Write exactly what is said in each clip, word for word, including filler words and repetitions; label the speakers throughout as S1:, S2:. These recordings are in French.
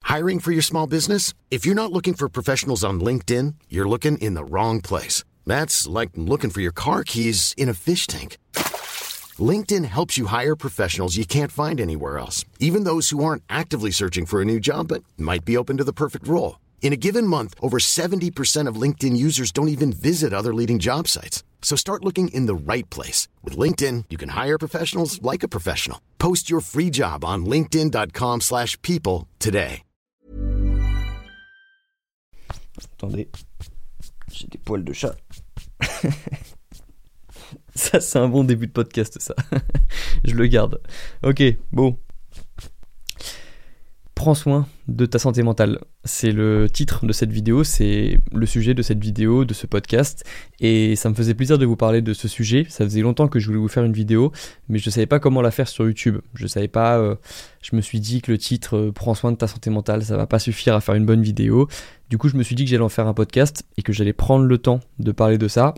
S1: Hiring for your small business? If you're not looking for professionals on LinkedIn, you're looking in the wrong place. That's like looking for your car keys in a fish tank. LinkedIn helps you hire professionals you can't find anywhere else, even those who aren't actively searching for a new job but might be open to the perfect role. In a given month, over seventy percent of LinkedIn users don't even visit other leading job sites. So start looking in the right place. With LinkedIn, you can hire professionals like a professional. Post your free job on linkedin.com slash people today.
S2: Attendez, j'ai des poils de chat. Ça, c'est un bon début de podcast, ça. Je le garde. Ok, bon. Prends soin de ta santé mentale. C'est le titre de cette vidéo, c'est le sujet de cette vidéo, de ce podcast. Et ça me faisait plaisir de vous parler de ce sujet. Ça faisait longtemps que je voulais vous faire une vidéo, mais je ne savais pas comment la faire sur YouTube. Je savais pas. Euh, je me suis dit que le titre euh, Prends soin de ta santé mentale, ça va pas suffire à faire une bonne vidéo. Du coup, je me suis dit que j'allais en faire un podcast et que j'allais prendre le temps de parler de ça.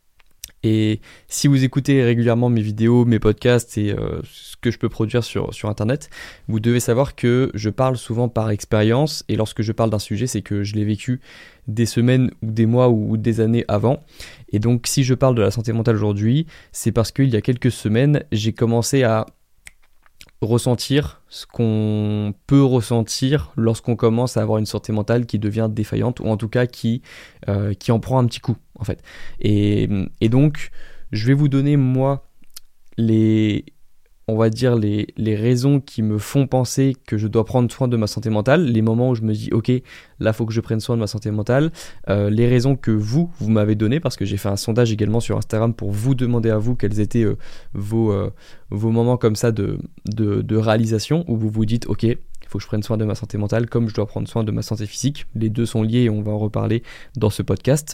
S2: Et si vous écoutez régulièrement mes vidéos, mes podcasts et euh, ce que je peux produire sur, sur internet, vous devez savoir que je parle souvent par expérience, et lorsque je parle d'un sujet, c'est que je l'ai vécu des semaines ou des mois ou des années avant. Et donc si je parle de la santé mentale aujourd'hui, c'est parce qu'il y a quelques semaines, j'ai commencé à ressentir ce qu'on peut ressentir lorsqu'on commence à avoir une santé mentale qui devient défaillante, ou en tout cas qui, euh, qui en prend un petit coup en fait. Et, et donc je vais vous donner moi les, on va dire les, les raisons qui me font penser que je dois prendre soin de ma santé mentale, les moments où je me dis ok, là faut que je prenne soin de ma santé mentale, euh, les raisons que vous, vous m'avez données, parce que j'ai fait un sondage également sur Instagram pour vous demander à vous quels étaient euh, vos, euh, vos moments comme ça de, de, de réalisation, où vous vous dites ok, il faut que je prenne soin de ma santé mentale comme je dois prendre soin de ma santé physique. Les deux sont liés et on va en reparler dans ce podcast.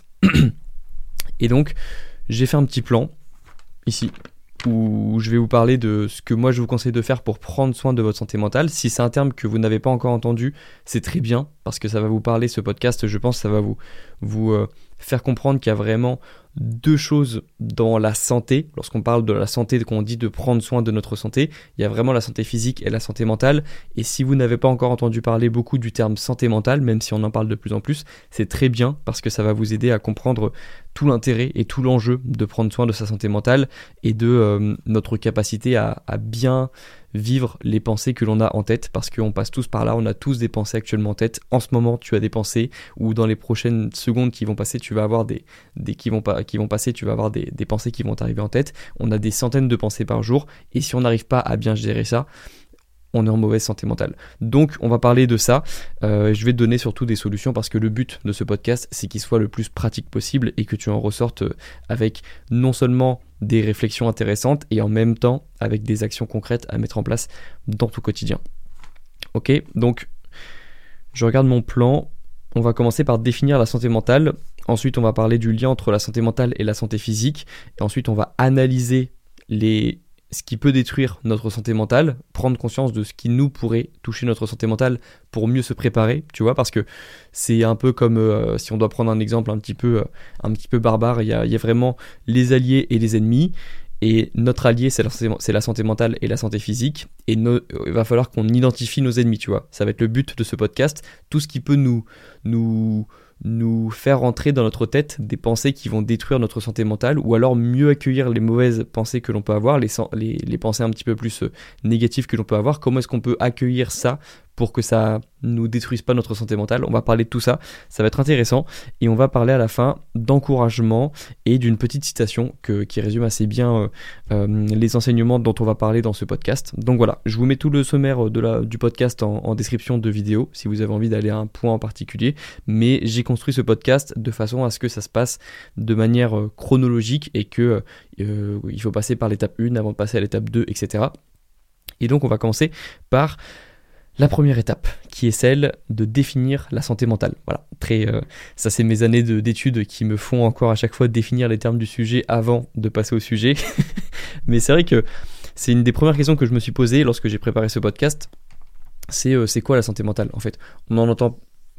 S2: Et donc j'ai fait un petit plan ici où je vais vous parler de ce que moi je vous conseille de faire pour prendre soin de votre santé mentale. Si c'est un terme que vous n'avez pas encore entendu, c'est très bien, parce que ça va vous parler, ce podcast, je pense, ça va vous, vous euh, faire comprendre qu'il y a vraiment deux choses dans la santé. Lorsqu'on parle de la santé, qu'on dit de prendre soin de notre santé, il y a vraiment la santé physique et la santé mentale. Et si vous n'avez pas encore entendu parler beaucoup du terme santé mentale, même si on en parle de plus en plus, c'est très bien, parce que ça va vous aider à comprendre tout l'intérêt et tout l'enjeu de prendre soin de sa santé mentale et de euh, notre capacité à, à bien vivre les pensées que l'on a en tête, parce qu'on passe tous par là, on a tous des pensées actuellement en tête. En ce moment, tu as des pensées, ou dans les prochaines secondes qui vont passer, tu vas avoir des, des qui vont pas, qui vont passer, tu vas avoir des, des pensées qui vont t'arriver en tête. On a des centaines de pensées par jour, et si on n'arrive pas à bien gérer ça, on est en mauvaise santé mentale. Donc on va parler de ça. Euh, je vais te donner surtout des solutions, parce que le but de ce podcast, c'est qu'il soit le plus pratique possible et que tu en ressortes avec non seulement des réflexions intéressantes, et en même temps avec des actions concrètes à mettre en place dans ton quotidien. Ok, donc je regarde mon plan. On va commencer par définir la santé mentale. Ensuite, on va parler du lien entre la santé mentale et la santé physique. Et ensuite, on va analyser les ce qui peut détruire notre santé mentale, prendre conscience de ce qui nous pourrait toucher notre santé mentale pour mieux se préparer, tu vois, parce que c'est un peu comme, euh, si on doit prendre un exemple un petit peu, euh, un petit peu barbare, il y a, il y a vraiment les alliés et les ennemis, et notre allié, c'est la, c'est la santé mentale et la santé physique, et no, il va falloir qu'on identifie nos ennemis, tu vois, ça va être le but de ce podcast, tout ce qui peut nous... nous nous faire rentrer dans notre tête des pensées qui vont détruire notre santé mentale, ou alors mieux accueillir les mauvaises pensées que l'on peut avoir, les, les, les pensées un petit peu plus euh, négatives que l'on peut avoir. Comment est-ce qu'on peut accueillir ça pour que ça nous détruise pas notre santé mentale? On va parler de tout ça, ça va être intéressant, et on va parler à la fin d'encouragement et d'une petite citation que, qui résume assez bien euh, euh, les enseignements dont on va parler dans ce podcast. Donc voilà, je vous mets tout le sommaire de la, du podcast en, en description de vidéo si vous avez envie d'aller à un point en particulier, mais j'ai construit ce podcast de façon à ce que ça se passe de manière euh, chronologique, et que euh, il faut passer par l'étape un avant de passer à l'étape deux, et cetera. Et donc on va commencer par la première étape, qui est celle de définir la santé mentale. Voilà, très, euh, ça c'est mes années de, d'études qui me font encore à chaque fois définir les termes du sujet avant de passer au sujet. Mais c'est vrai que c'est une des premières questions que je me suis posée lorsque j'ai préparé ce podcast. C'est, euh, c'est quoi la santé mentale en fait? On en entend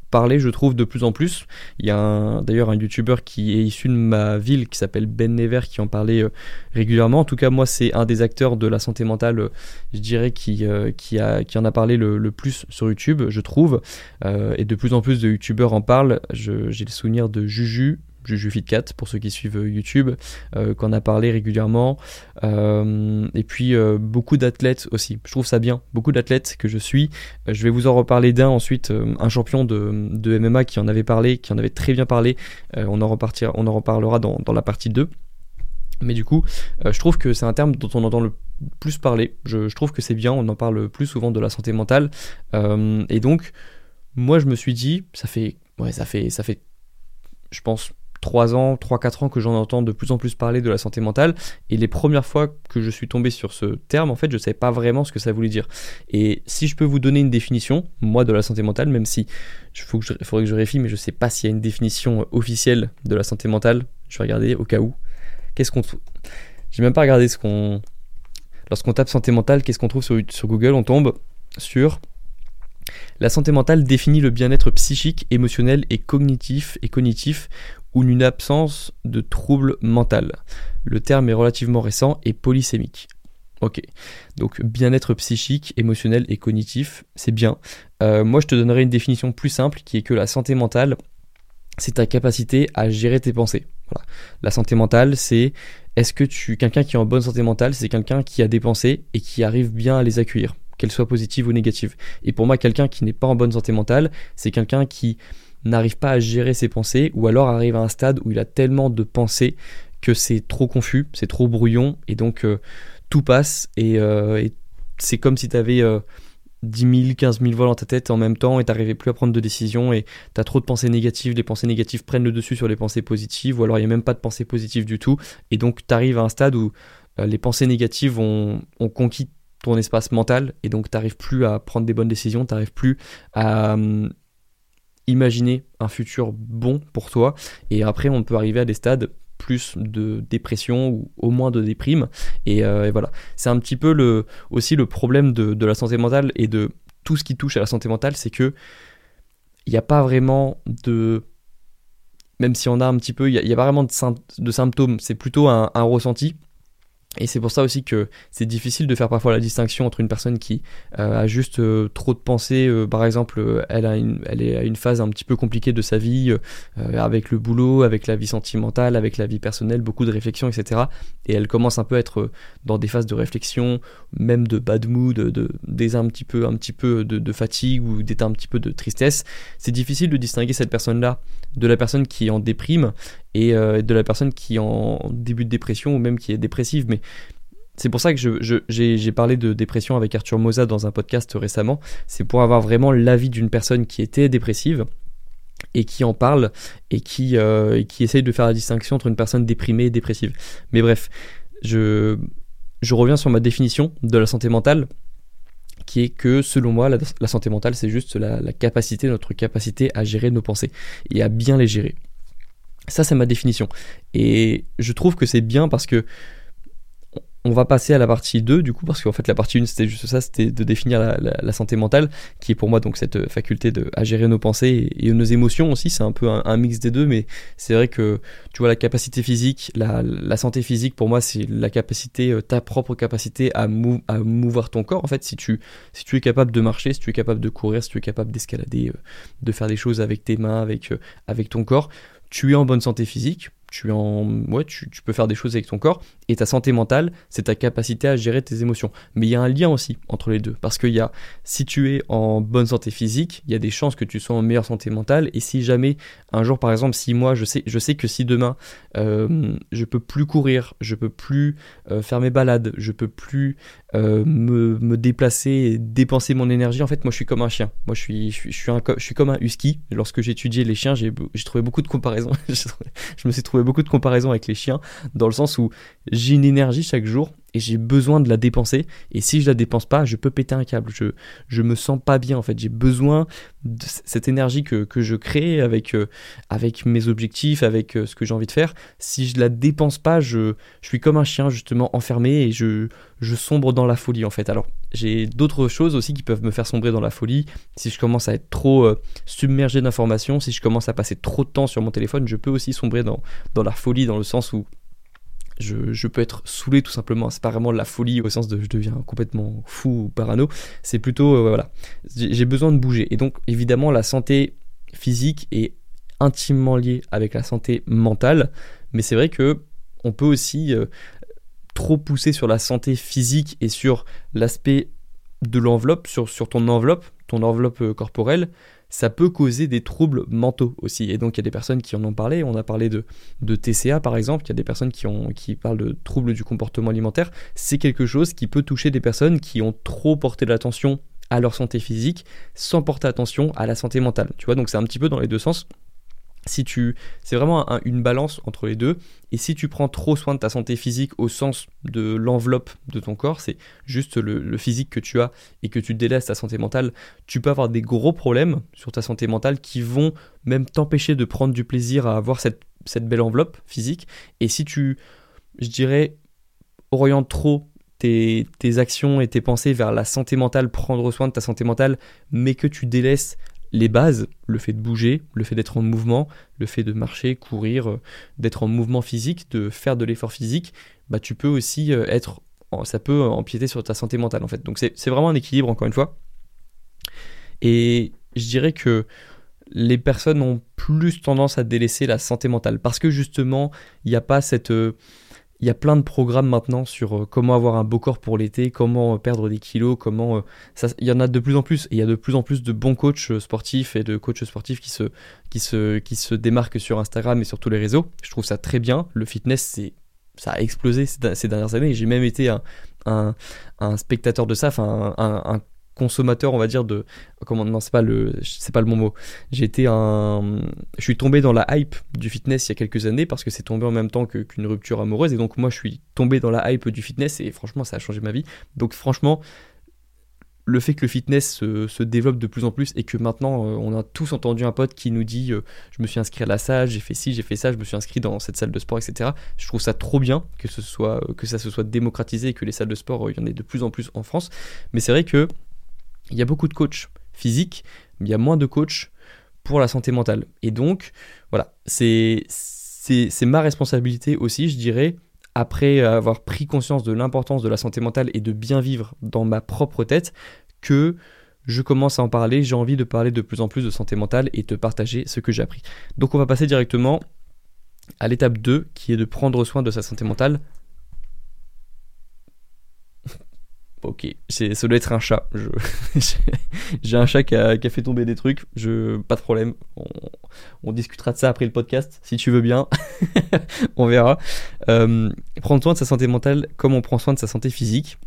S2: parler, je trouve, de plus en plus. Il y a un, d'ailleurs un youtubeur qui est issu de ma ville qui s'appelle Ben Never qui en parlait euh, régulièrement. En tout cas, moi, c'est un des acteurs de la santé mentale, euh, je dirais, qui, euh, qui, a, qui en a parlé le, le plus sur YouTube, je trouve. Euh, et de plus en plus de youtubeurs en parlent. Je, j'ai le souvenir de Juju. JujuFitCat pour ceux qui suivent YouTube, euh, qu'on a parlé régulièrement, euh, et puis euh, beaucoup d'athlètes aussi, je trouve ça bien, beaucoup d'athlètes que je suis, euh, je vais vous en reparler d'un ensuite, euh, un champion de, de M M A qui en avait parlé, qui en avait très bien parlé, euh, on, en repartira, on en reparlera dans, dans la partie deux, mais du coup euh, je trouve que c'est un terme dont on entend le plus parler, je, je trouve que c'est bien, on en parle plus souvent de la santé mentale, euh, et donc moi je me suis dit, ça fait, ouais, ça fait, ça fait je pense trois ans, trois quatre ans que j'en entends de plus en plus parler de la santé mentale, et les premières fois que je suis tombé sur ce terme, en fait, je savais pas vraiment ce que ça voulait dire. Et si je peux vous donner une définition, moi, de la santé mentale, même si il faudrait que je vérifie, mais je sais pas s'il y a une définition officielle de la santé mentale, je vais regarder au cas où. Qu'est-ce qu'on... J'ai même pas regardé ce qu'on... Lorsqu'on tape santé mentale, qu'est-ce qu'on trouve sur, sur Google? On tombe sur... La santé mentale définit le bien-être psychique, émotionnel et cognitif, et cognitif ou une absence de trouble mental. Le terme est relativement récent et polysémique. Ok, donc bien-être psychique, émotionnel et cognitif, c'est bien. Euh, moi, je te donnerai une définition plus simple qui est que la santé mentale, c'est ta capacité à gérer tes pensées. Voilà. La santé mentale, c'est est-ce que tu, quelqu'un qui est en bonne santé mentale, c'est quelqu'un qui a des pensées et qui arrive bien à les accueillir, qu'elles soient positives ou négatives. Et pour moi, quelqu'un qui n'est pas en bonne santé mentale, c'est quelqu'un qui n'arrive pas à gérer ses pensées, ou alors arrive à un stade où il a tellement de pensées que c'est trop confus, c'est trop brouillon, et donc euh, tout passe, et, euh, et c'est comme si tu avais euh, dix mille, quinze mille voix dans ta tête en même temps, et tu n'arrivais plus à prendre de décision, et tu as trop de pensées négatives, les pensées négatives prennent le dessus sur les pensées positives, ou alors il n'y a même pas de pensées positives du tout, et donc tu arrives à un stade où euh, les pensées négatives ont, ont conquis ton espace mental, et donc tu n'arrives plus à prendre des bonnes décisions, tu n'arrives plus à... Hum, imaginer un futur bon pour toi, et après on peut arriver à des stades plus de dépression ou au moins de déprime, et, euh, et voilà, c'est un petit peu le, aussi le problème de, de la santé mentale et de tout ce qui touche à la santé mentale, c'est que il n'y a pas vraiment de, même si on a un petit peu, il n'y a, a pas vraiment de, de symptômes, c'est plutôt un, un ressenti. Et c'est pour ça aussi que c'est difficile de faire parfois la distinction entre une personne qui euh, a juste euh, trop de pensées, euh, par exemple, euh, elle, a une, elle est à une phase un petit peu compliquée de sa vie, euh, avec le boulot, avec la vie sentimentale, avec la vie personnelle, beaucoup de réflexions, et cetera. Et elle commence un peu à être dans des phases de réflexion, même de bad mood, de, de, des un petit peu, un petit peu de, de fatigue ou d'état un petit peu de tristesse. C'est difficile de distinguer cette personne-là de la personne qui est en déprime et euh, de la personne qui est en début de dépression ou même qui est dépressive. Mais c'est pour ça que je, je, j'ai, j'ai parlé de dépression avec Arthur Moza dans un podcast récemment. C'est pour avoir vraiment l'avis d'une personne qui était dépressive et qui en parle et qui, euh, et qui essaye de faire la distinction entre une personne déprimée et dépressive. Mais bref, je, je reviens sur ma définition de la santé mentale, qui est que selon moi la, la santé mentale c'est juste la, la capacité, notre capacité à gérer nos pensées et à bien les gérer. Ça c'est ma définition, et je trouve que c'est bien parce que on va passer à la partie deux du coup, parce qu'en fait la partie un c'était juste ça, c'était de définir la, la, la santé mentale, qui est pour moi donc cette faculté de, à gérer nos pensées et, et nos émotions aussi, c'est un peu un, un mix des deux, mais c'est vrai que tu vois la capacité physique, la, la santé physique pour moi c'est la capacité, ta propre capacité à, mou, à mouvoir ton corps en fait, si tu, si tu es capable de marcher, si tu es capable de courir, si tu es capable d'escalader, de faire des choses avec tes mains, avec, avec ton corps, tu es en bonne santé physique. Tu, es en... ouais, tu, tu peux faire des choses avec ton corps, et ta santé mentale, c'est ta capacité à gérer tes émotions. Mais il y a un lien aussi entre les deux, parce que y a, si tu es en bonne santé physique, il y a des chances que tu sois en meilleure santé mentale, et si jamais, un jour par exemple, si moi, je sais, je sais que si demain, euh, je peux plus courir, je peux plus euh, faire mes balades, je peux plus euh, me, me déplacer et dépenser mon énergie, en fait, moi je suis comme un chien. Moi je suis, je suis, je suis, un, je suis comme un husky. Lorsque j'ai étudié les chiens, j'ai, j'ai trouvé beaucoup de comparaisons. Je me suis trouvé beaucoup de comparaisons avec les chiens, dans le sens où j'ai une énergie chaque jour et j'ai besoin de la dépenser, et si je la dépense pas, je peux péter un câble, je, je me sens pas bien en fait, j'ai besoin de cette énergie que, que je crée avec, euh, avec mes objectifs, avec euh, ce que j'ai envie de faire. Si je la dépense pas, je, je suis comme un chien justement enfermé et je, je sombre dans la folie en fait. Alors j'ai d'autres choses aussi qui peuvent me faire sombrer dans la folie. Si je commence à être trop euh, submergé d'informations, si je commence à passer trop de temps sur mon téléphone, je peux aussi sombrer dans, dans la folie, dans le sens où Je, je peux être saoulé tout simplement. C'est pas vraiment de la folie au sens de je deviens complètement fou ou parano, c'est plutôt euh, voilà, j'ai, j'ai besoin de bouger. Et donc évidemment la santé physique est intimement liée avec la santé mentale, mais c'est vrai que on peut aussi euh, trop pousser sur la santé physique et sur l'aspect de l'enveloppe, sur, sur ton enveloppe, ton enveloppe euh, corporelle. Ça peut causer des troubles mentaux aussi. Et donc, il y a des personnes qui en ont parlé. On a parlé de, de T C A, par exemple. Il y a des personnes qui, ont, qui parlent de troubles du comportement alimentaire. C'est quelque chose qui peut toucher des personnes qui ont trop porté l'attention à leur santé physique sans porter attention à la santé mentale. Tu vois, donc c'est un petit peu dans les deux sens. Si tu, c'est vraiment un, une balance entre les deux, et si tu prends trop soin de ta santé physique au sens de l'enveloppe de ton corps, c'est juste le, le physique que tu as et que tu délaisses ta santé mentale, tu peux avoir des gros problèmes sur ta santé mentale qui vont même t'empêcher de prendre du plaisir à avoir cette, cette belle enveloppe physique. Et si tu, je dirais, orientes trop tes, tes actions et tes pensées vers la santé mentale, prendre soin de ta santé mentale, mais que tu délaisses les bases, le fait de bouger, le fait d'être en mouvement, le fait de marcher, courir, euh, d'être en mouvement physique, de faire de l'effort physique, bah tu peux aussi euh, être, ça peut empiéter sur ta santé mentale en fait. Donc c'est, c'est vraiment un équilibre encore une fois. Et je dirais que les personnes ont plus tendance à délaisser la santé mentale parce que justement il n'y a pas cette... Euh, Il y a plein de programmes maintenant sur euh, comment avoir un beau corps pour l'été, comment euh, perdre des kilos, comment... Euh, ça, il y en a de plus en plus. Et il y a de plus en plus de bons coachs euh, sportifs et de coachs sportifs qui se, qui, se, qui se démarquent sur Instagram et sur tous les réseaux. Je trouve ça très bien. Le fitness, c'est, ça a explosé ces, ces dernières années. J'ai même été un, un, un spectateur de ça, enfin un, un, un consommateur, on va dire, de... Comment, non, c'est pas le, c'est pas le bon mot. J'ai été un... Je suis tombé dans la hype du fitness il y a quelques années parce que c'est tombé en même temps que, qu'une rupture amoureuse. Et donc, moi, je suis tombé dans la hype du fitness et franchement, ça a changé ma vie. Donc, franchement, le fait que le fitness se, se développe de plus en plus et que maintenant, euh, on a tous entendu un pote qui nous dit euh, je me suis inscrit à la salle, j'ai fait ci, j'ai fait ça, je me suis inscrit dans cette salle de sport, et cetera. Je trouve ça trop bien que, ce soit, que ça se soit démocratisé et que les salles de sport, euh, il y en ait de plus en plus en France. Mais c'est vrai que il y a beaucoup de coachs physiques, mais il y a moins de coachs pour la santé mentale. Et donc, voilà, c'est, c'est, c'est ma responsabilité aussi, je dirais, après avoir pris conscience de l'importance de la santé mentale et de bien vivre dans ma propre tête, que je commence à en parler. J'ai envie de parler de plus en plus de santé mentale et de partager ce que j'ai appris. Donc, on va passer directement à l'étape deux, qui est de prendre soin de sa santé mentale. Ok, c'est, ça doit être un chat. Je, j'ai un chat qui a, qui a fait tomber des trucs. Je, pas de problème. On, on discutera de ça après le podcast, si tu veux bien. On verra. Euh, prendre soin de sa santé mentale comme on prend soin de sa santé physique.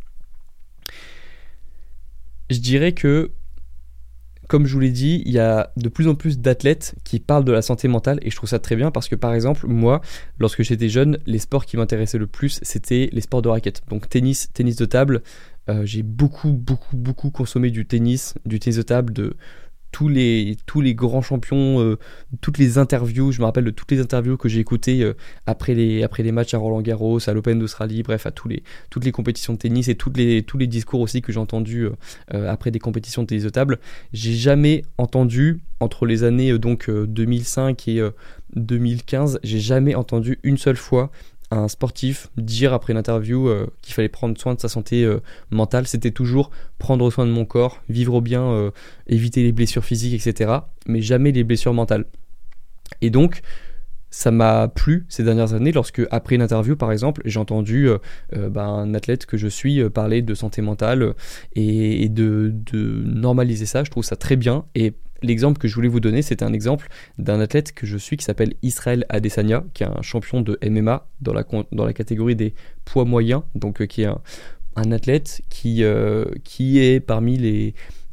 S2: Je dirais que, comme je vous l'ai dit, il y a de plus en plus d'athlètes qui parlent de la santé mentale et je trouve ça très bien parce que par exemple, moi, lorsque j'étais jeune, les sports qui m'intéressaient le plus, c'était les sports de raquettes. Donc tennis, tennis de table, euh, j'ai beaucoup, beaucoup, beaucoup consommé du tennis, du tennis de table, de tous les, tous les grands champions, euh, toutes les interviews, je me rappelle de toutes les interviews que j'ai écoutées euh, après, les, après les matchs à Roland-Garros, à l'Open d'Australie, bref, à tous les, toutes les compétitions de tennis et toutes les, tous les discours aussi que j'ai entendus euh, après des compétitions de tennis de table. J'ai jamais entendu, entre les années euh, donc euh, deux mille cinq et euh, deux mille quinze, j'ai jamais entendu une seule fois un sportif dire après une interview euh, qu'il fallait prendre soin de sa santé euh, mentale. C'était toujours prendre soin de mon corps, vivre bien, euh, éviter les blessures physiques, et cetera. Mais jamais les blessures mentales. Et donc, ça m'a plu ces dernières années lorsque, après une interview par exemple, j'ai entendu euh, euh, bah, un athlète que je suis euh, parler de santé mentale euh, et, et de, de normaliser ça. Je trouve ça très bien. Et l'exemple que je voulais vous donner, c'était un exemple d'un athlète que je suis qui s'appelle Israël Adesanya, qui est un champion de M M A dans la, dans la catégorie des poids moyens, donc euh, qui est un, un athlète qui, euh, qui est parmi les,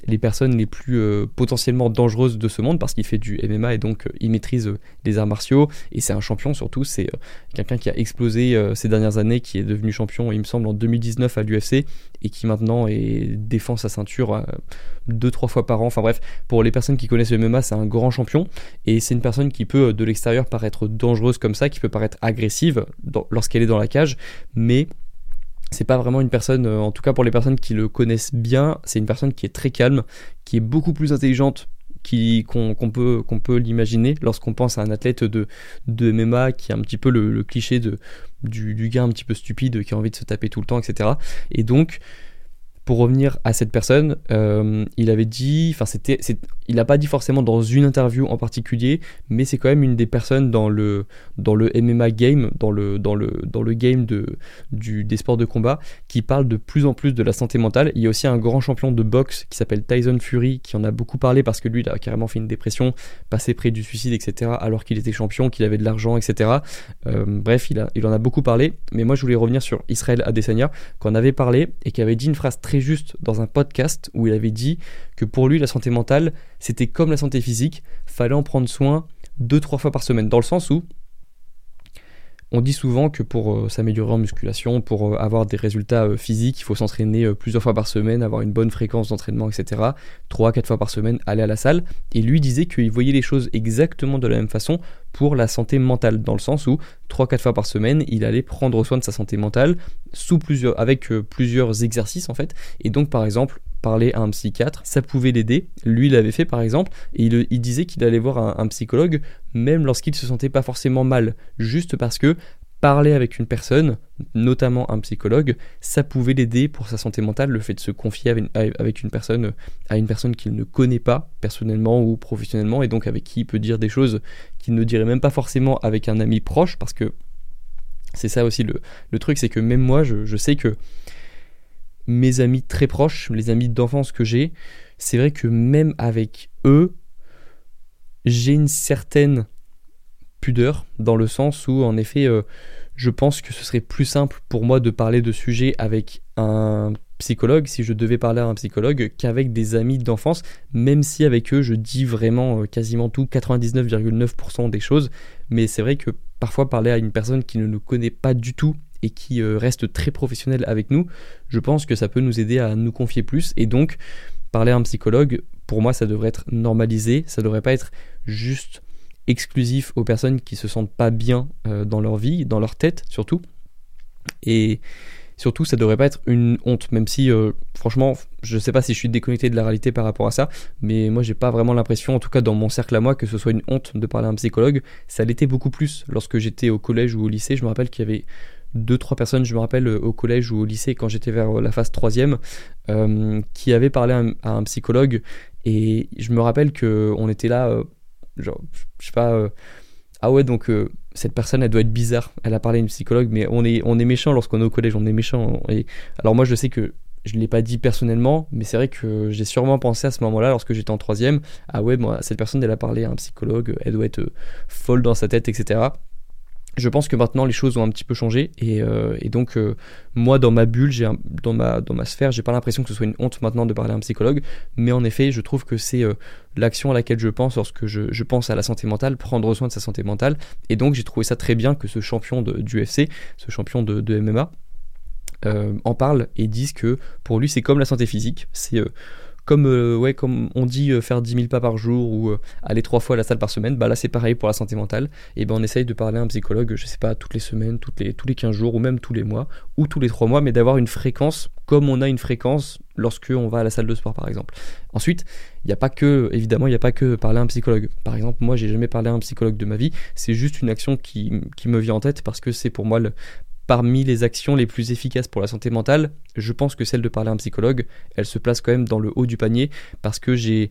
S2: les personnes les plus euh, potentiellement dangereuses de ce monde, parce qu'il fait du M M A et donc euh, il maîtrise euh, les arts martiaux, et c'est un champion surtout, c'est euh, quelqu'un qui a explosé euh, ces dernières années, qui est devenu champion, il me semble, en deux mille dix-neuf à l'U F C, et qui maintenant est, défend sa ceinture euh, deux, trois fois par an. Enfin bref, pour les personnes qui connaissent le M M A, c'est un grand champion, et c'est une personne qui peut, de l'extérieur, paraître dangereuse comme ça, qui peut paraître agressive dans, lorsqu'elle est dans la cage, mais c'est pas vraiment une personne, euh, en tout cas pour les personnes qui le connaissent bien, c'est une personne qui est très calme, qui est beaucoup plus intelligente qui, qu'on, qu'on peut, qu'on peut l'imaginer lorsqu'on pense à un athlète de, de M M A qui est un petit peu le, le cliché de, du, du gars un petit peu stupide qui a envie de se taper tout le temps, et cetera. Et donc, pour revenir à cette personne, euh, il avait dit, enfin c'était, c'est, il n'a pas dit forcément dans une interview en particulier, mais c'est quand même une des personnes dans le, dans le M M A game, dans le, dans le, dans le game de, du, des sports de combat, qui parle de plus en plus de la santé mentale. Il y a aussi un grand champion de boxe qui s'appelle Tyson Fury, qui en a beaucoup parlé parce que lui, il a carrément fait une dépression, passé près du suicide, et cetera, alors qu'il était champion, qu'il avait de l'argent, et cetera. Euh, bref, il, a, il en a beaucoup parlé, mais moi je voulais revenir sur Israël Adesanya, qu'on avait parlé et qui avait dit une phrase très juste dans un podcast où il avait dit que pour lui la santé mentale c'était comme la santé physique, fallait en prendre soin deux trois fois par semaine, dans le sens où on dit souvent que pour euh, s'améliorer en musculation, pour euh, avoir des résultats euh, physiques, il faut s'entraîner euh, plusieurs fois par semaine, avoir une bonne fréquence d'entraînement, et cetera. trois à quatre fois par semaine, aller à la salle. Et lui disait qu'il voyait les choses exactement de la même façon pour la santé mentale, dans le sens où trois à quatre fois par semaine, il allait prendre soin de sa santé mentale sous plusieurs, avec euh, plusieurs exercices en fait. Et donc par exemple, parler à un psychiatre, ça pouvait l'aider. Lui, il l'avait fait par exemple, et il, il disait qu'il allait voir un, un psychologue même lorsqu'il se sentait pas forcément mal, juste parce que parler avec une personne, notamment un psychologue, ça pouvait l'aider pour sa santé mentale, le fait de se confier avec une personne, à une personne qu'il ne connaît pas personnellement ou professionnellement, et donc avec qui il peut dire des choses qu'il ne dirait même pas forcément avec un ami proche, parce que c'est ça aussi le, le truc, c'est que même moi, je, je sais que mes amis très proches, les amis d'enfance que j'ai, c'est vrai que même avec eux, j'ai une certaine pudeur, dans le sens où en effet euh, je pense que ce serait plus simple pour moi de parler de sujets avec un psychologue, si je devais parler à un psychologue, qu'avec des amis d'enfance, même si avec eux je dis vraiment euh, quasiment tout, quatre-vingt-dix-neuf virgule neuf pour cent des choses, mais c'est vrai que parfois parler à une personne qui ne nous connaît pas du tout et qui euh, reste très professionnelle avec nous, je pense que ça peut nous aider à nous confier plus, et donc parler à un psychologue, pour moi ça devrait être normalisé, ça devrait pas être juste exclusif aux personnes qui se sentent pas bien euh, dans leur vie, dans leur tête surtout, et surtout ça devrait pas être une honte, même si euh, franchement je sais pas si je suis déconnecté de la réalité par rapport à ça, mais moi j'ai pas vraiment l'impression, en tout cas dans mon cercle à moi, que ce soit une honte de parler à un psychologue. Ça l'était beaucoup plus lorsque j'étais au collège ou au lycée. Je me rappelle qu'il y avait deux trois personnes, je me rappelle au collège ou au lycée quand j'étais vers la phase troisième, euh, qui avaient parlé à un, à un psychologue, et je me rappelle que on était là euh, genre je sais pas euh, ah ouais donc euh, cette personne elle doit être bizarre, elle a parlé à une psychologue, mais on est, on est méchant lorsqu'on est au collège, on est méchant. Et alors moi je sais que je ne l'ai pas dit personnellement, mais c'est vrai que j'ai sûrement pensé à ce moment-là, lorsque j'étais en troisième, ah ouais moi cette personne elle a parlé à un psychologue, elle doit être euh, folle dans sa tête, etc. Je pense que maintenant les choses ont un petit peu changé, et, euh, et donc euh, moi dans ma bulle, j'ai un, dans, ma, dans ma sphère, j'ai pas l'impression que ce soit une honte maintenant de parler à un psychologue, mais en effet je trouve que c'est euh, l'action à laquelle je pense lorsque je, je pense à la santé mentale, prendre soin de sa santé mentale, et donc j'ai trouvé ça très bien que ce champion de, du U F C, ce champion de, de M M A, euh, en parle et dise que pour lui c'est comme la santé physique, c'est... Euh, Comme, euh, ouais, comme on dit euh, faire dix mille pas par jour ou euh, aller trois fois à la salle par semaine, bah là c'est pareil pour la santé mentale. Et ben on essaye de parler à un psychologue, je sais pas, toutes les semaines, toutes les, tous les quinze jours ou même tous les mois ou tous les trois mois, mais d'avoir une fréquence comme on a une fréquence lorsque on va à la salle de sport par exemple. Ensuite, il n'y a pas que, évidemment, il n'y a pas que parler à un psychologue. Par exemple, moi j'ai jamais parlé à un psychologue de ma vie, c'est juste une action qui, qui me vient en tête parce que c'est pour moi le... Parmi les actions les plus efficaces pour la santé mentale, je pense que celle de parler à un psychologue, elle se place quand même dans le haut du panier, parce que j'ai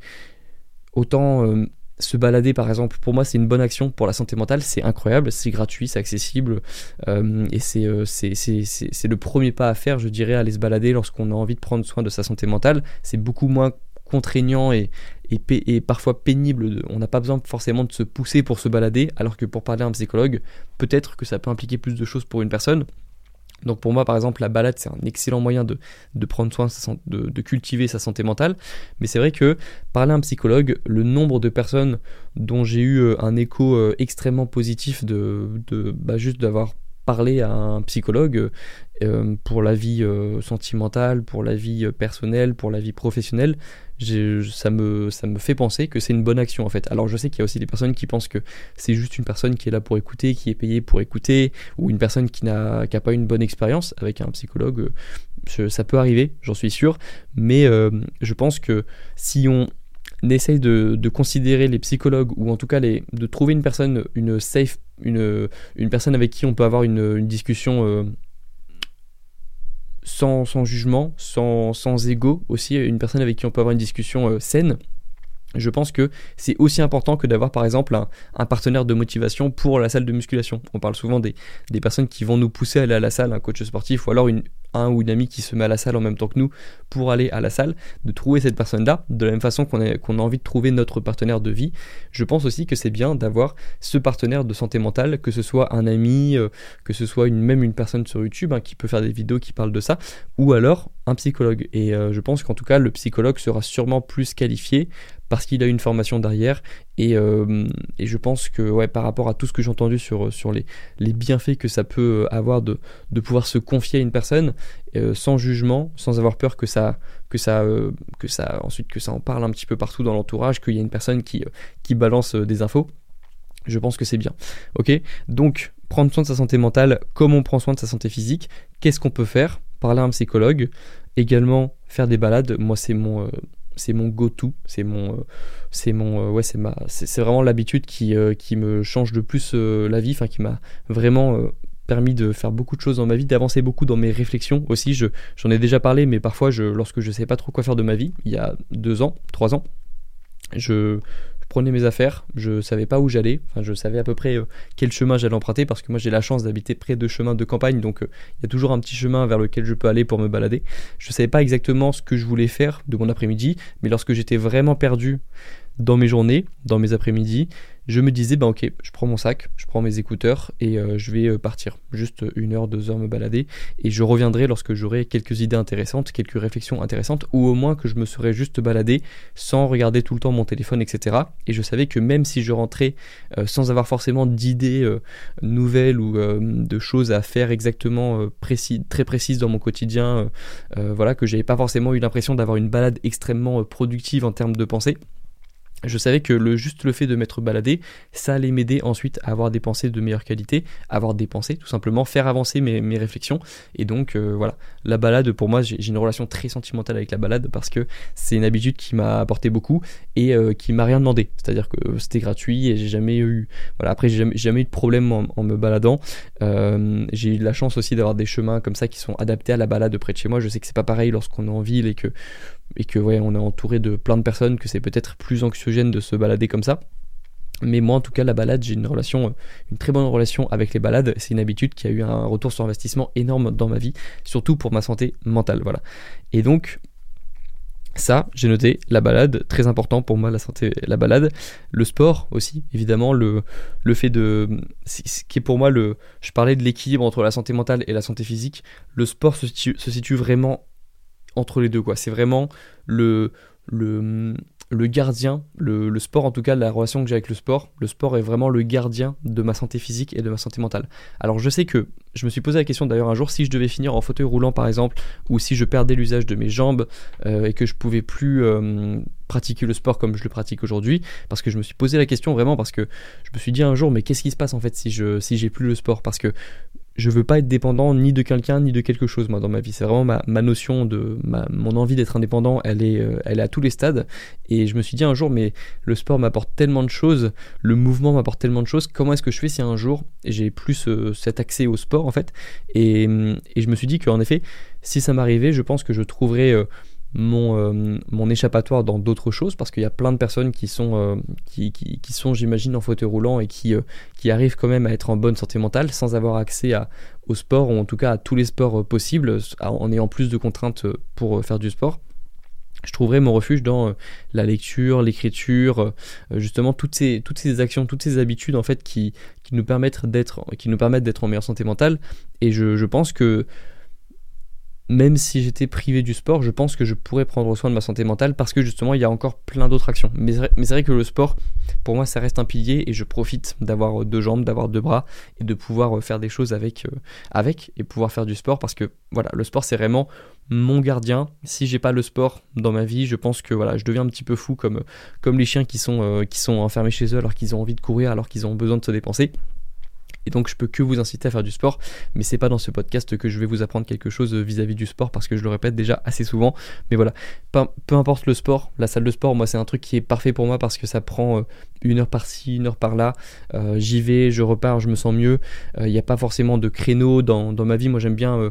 S2: autant euh, se balader par exemple, pour moi c'est une bonne action pour la santé mentale, c'est incroyable, c'est gratuit, c'est accessible, euh, et c'est, euh, c'est, c'est, c'est, c'est le premier pas à faire, je dirais, aller se balader lorsqu'on a envie de prendre soin de sa santé mentale. C'est beaucoup moins contraignant et, et, et parfois pénible, de, on n'a pas besoin forcément de se pousser pour se balader, alors que pour parler à un psychologue, peut-être que ça peut impliquer plus de choses pour une personne. Donc pour moi, par exemple, la balade, c'est un excellent moyen de, de prendre soin, de, de cultiver sa santé mentale. Mais c'est vrai que parler à un psychologue, le nombre de personnes dont j'ai eu un écho extrêmement positif de, de bah juste d'avoir parlé à un psychologue euh, pour la vie euh, sentimentale, pour la vie personnelle, pour la vie professionnelle, j'ai, ça, me, ça me fait penser que c'est une bonne action en fait. Alors je sais qu'il y a aussi des personnes qui pensent que c'est juste une personne qui est là pour écouter, qui est payée pour écouter, ou une personne qui n'a, qui a pas une bonne expérience avec un psychologue. Je, ça peut arriver, j'en suis sûr, mais euh, je pense que si on essaye de, de considérer les psychologues, ou en tout cas les, de trouver une personne, une safe, une, une personne avec qui on peut avoir une, une discussion euh, sans, sans jugement, sans, sans ego aussi, une personne avec qui on peut avoir une discussion euh, saine. Je pense que c'est aussi important que d'avoir par exemple un, un partenaire de motivation pour la salle de musculation. On parle souvent des, des personnes qui vont nous pousser à aller à la salle, un coach sportif ou alors une, un ou une amie qui se met à la salle en même temps que nous pour aller à la salle, de trouver cette personne-là, de la même façon qu'on a, qu'on a envie de trouver notre partenaire de vie. Je pense aussi que c'est bien d'avoir ce partenaire de santé mentale, que ce soit un ami, euh, que ce soit une, même une personne sur YouTube hein, qui peut faire des vidéos qui parlent de ça, ou alors un psychologue. Et euh, je pense qu'en tout cas le psychologue sera sûrement plus qualifié parce qu'il a une formation derrière et, euh, et je pense que ouais, par rapport à tout ce que j'ai entendu sur, sur les, les bienfaits que ça peut avoir de, de pouvoir se confier à une personne euh, sans jugement, sans avoir peur que ça, que ça, euh, que ça ensuite que ça en parle un petit peu partout dans l'entourage, qu'il y a une personne qui, qui balance des infos, je pense que c'est bien. Ok, donc prendre soin de sa santé mentale comme on prend soin de sa santé physique, qu'est-ce qu'on peut faire? Parler à un psychologue, également faire des balades, moi c'est mon... Euh, c'est mon go-to, c'est mon, euh, c'est mon, euh, ouais, c'est ma, c'est, c'est vraiment l'habitude qui, euh, qui me change le plus euh, la vie, enfin qui m'a vraiment euh, permis de faire beaucoup de choses dans ma vie, d'avancer beaucoup dans mes réflexions aussi. Je, j'en ai déjà parlé, mais parfois, je, lorsque je ne savais pas trop quoi faire de ma vie, il y a deux ans, trois ans, je prenais mes affaires, je savais pas où j'allais, enfin je savais à peu près euh, quel chemin j'allais emprunter parce que moi j'ai la chance d'habiter près de chemins de campagne, donc il euh, y a toujours un petit chemin vers lequel je peux aller pour me balader. Je savais pas exactement ce que je voulais faire de mon après-midi, mais lorsque j'étais vraiment perdu dans mes journées, dans mes après-midi, je me disais bah ok, je prends mon sac, je prends mes écouteurs et euh, je vais euh, partir juste une heure, deux heures me balader et je reviendrai lorsque j'aurai quelques idées intéressantes, quelques réflexions intéressantes ou au moins que je me serais juste baladé sans regarder tout le temps mon téléphone, et cetera. Et je savais que même si je rentrais euh, sans avoir forcément d'idées euh, nouvelles ou euh, de choses à faire exactement euh, précis, très précises dans mon quotidien, euh, euh, voilà, que j'avais pas forcément eu l'impression d'avoir une balade extrêmement euh, productive en termes de pensée. Je savais que le, juste le fait de m'être baladé, ça allait m'aider ensuite à avoir des pensées de meilleure qualité, à avoir des pensées, tout simplement, faire avancer mes, mes réflexions. Et donc euh, voilà, la balade pour moi, j'ai, j'ai une relation très sentimentale avec la balade parce que c'est une habitude qui m'a apporté beaucoup et euh, qui m'a rien demandé. C'est-à-dire que c'était gratuit et j'ai jamais eu, voilà, après j'ai jamais, j'ai jamais eu de problème en, en me baladant. Euh, j'ai eu de la chance aussi d'avoir des chemins comme ça qui sont adaptés à la balade près de chez moi. Je sais que c'est pas pareil lorsqu'on est en ville et que et que ouais, on est entouré de plein de personnes, que c'est peut-être plus anxiogène de se balader comme ça. Mais moi en tout cas la balade, j'ai une relation, une très bonne relation avec les balades. C'est une habitude qui a eu un retour sur investissement énorme dans ma vie, surtout pour ma santé mentale, voilà. Et donc ça, j'ai noté, la balade, très important pour moi, la santé, la balade, le sport aussi, évidemment, le, le fait de, ce qui est pour moi le, je parlais de l'équilibre entre la santé mentale et la santé physique, le sport se situe, se situe vraiment entre les deux, quoi. C'est vraiment le, le, le gardien, le, le sport en tout cas, la relation que j'ai avec le sport, le sport est vraiment le gardien de ma santé physique et de ma santé mentale. Alors je sais que, je me suis posé la question d'ailleurs un jour, si je devais finir en fauteuil roulant par exemple, ou si je perdais l'usage de mes jambes euh, et que je pouvais plus euh, pratiquer le sport comme je le pratique aujourd'hui, parce que je me suis posé la question vraiment parce que je me suis dit un jour, mais qu'est-ce qui se passe en fait si, je, si j'ai plus le sport, parce que je veux pas être dépendant ni de quelqu'un ni de quelque chose moi dans ma vie. C'est vraiment ma, ma notion de ma, mon envie d'être indépendant, elle est, euh, elle est à tous les stades. Et je me suis dit un jour, mais le sport m'apporte tellement de choses, le mouvement m'apporte tellement de choses. Comment est-ce que je fais si un jour j'ai plus euh, cet accès au sport en fait? Et, et je me suis dit qu'en effet, si ça m'arrivait, je pense que je trouverais euh, Mon, euh, mon échappatoire dans d'autres choses, parce qu'il y a plein de personnes qui sont, euh, qui, qui, qui sont j'imagine en fauteuil roulant et qui, euh, qui arrivent quand même à être en bonne santé mentale sans avoir accès à, au sport, ou en tout cas à tous les sports euh, possibles, en ayant plus de contraintes pour euh, faire du sport. je trouverai mon refuge dans euh, la lecture, l'écriture, euh, justement toutes ces, toutes ces actions, toutes ces habitudes en fait qui, qui, nous, permettent d'être, qui nous permettent d'être en meilleure santé mentale. Et je, je pense que même si j'étais privé du sport, je pense que je pourrais prendre soin de ma santé mentale parce que justement il y a encore plein d'autres actions. Mais c'est vrai, mais c'est vrai que le sport, pour moi ça reste un pilier et je profite d'avoir deux jambes, d'avoir deux bras et de pouvoir faire des choses avec, euh, avec et pouvoir faire du sport parce que voilà, le sport c'est vraiment mon gardien. Si j'ai pas le sport dans ma vie, je pense que voilà, je deviens un petit peu fou comme, comme les chiens qui sont, euh, qui sont enfermés chez eux alors qu'ils ont envie de courir, alors qu'ils ont besoin de se dépenser. Et donc je peux que vous inciter à faire du sport, mais c'est pas dans ce podcast que je vais vous apprendre quelque chose vis-à-vis du sport parce que je le répète déjà assez souvent. Mais voilà, peu, peu importe le sport, la salle de sport, moi c'est un truc qui est parfait pour moi parce que ça prend une heure par-ci, une heure par-là. Euh, j'y vais, je repars, je me sens mieux. Il euh, n'y a pas forcément de créneau dans, dans ma vie. Moi j'aime bien... Euh,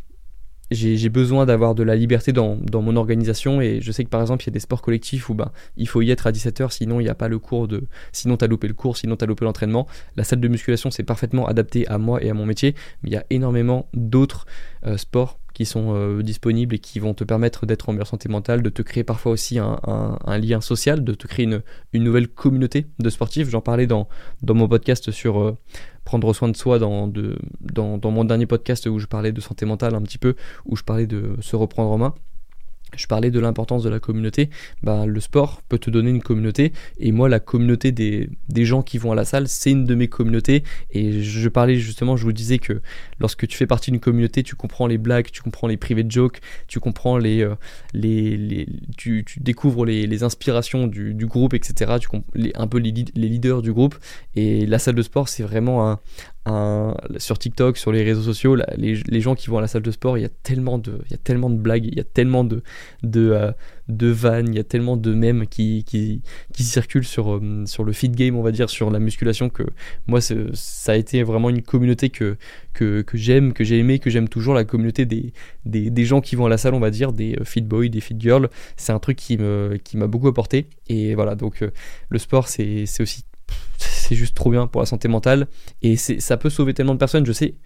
S2: J'ai, j'ai besoin d'avoir de la liberté dans, dans mon organisation et je sais que par exemple il y a des sports collectifs où ben, il faut y être à dix-sept heures sinon il n'y a pas le cours de... sinon t'as loupé le cours, sinon t'as loupé l'entraînement. La salle de musculation c'est parfaitement adapté à moi et à mon métier, mais il y a énormément d'autres euh, sports qui sont euh, disponibles et qui vont te permettre d'être en meilleure santé mentale, de te créer parfois aussi un, un, un lien social, de te créer une, une nouvelle communauté de sportifs. J'en parlais dans, dans mon podcast sur euh, prendre soin de soi, dans, de, dans, dans mon dernier podcast où je parlais de santé mentale un petit peu, où je parlais de se reprendre en main. Je parlais de l'importance de la communauté. Ben, le sport peut te donner une communauté et moi la communauté des, des gens qui vont à la salle c'est une de mes communautés et je parlais justement, je vous disais que lorsque tu fais partie d'une communauté tu comprends les blagues, tu comprends les private jokes, tu comprends les, euh, les, les tu, tu découvres les, les inspirations du, du groupe etc, tu comp- les, un peu les, les leaders du groupe et la salle de sport c'est vraiment un Un, sur TikTok, sur les réseaux sociaux, là, les, les gens qui vont à la salle de sport, il y a tellement de, il y a tellement de blagues, il y a tellement de, de, euh, de vannes, il y a tellement de mèmes qui, qui, qui circulent sur, euh, sur le feed game, on va dire, sur la musculation, que moi, c'est, ça a été vraiment une communauté que, que, que j'aime, que j'ai aimé, que j'aime toujours, la communauté des, des, des gens qui vont à la salle, on va dire, des fit boys, des fit girls. C'est un truc qui, me, qui m'a beaucoup apporté. Et voilà, donc euh, le sport, c'est, c'est aussi c'est juste trop bien pour la santé mentale et c'est, ça peut sauver tellement de personnes. Je sais,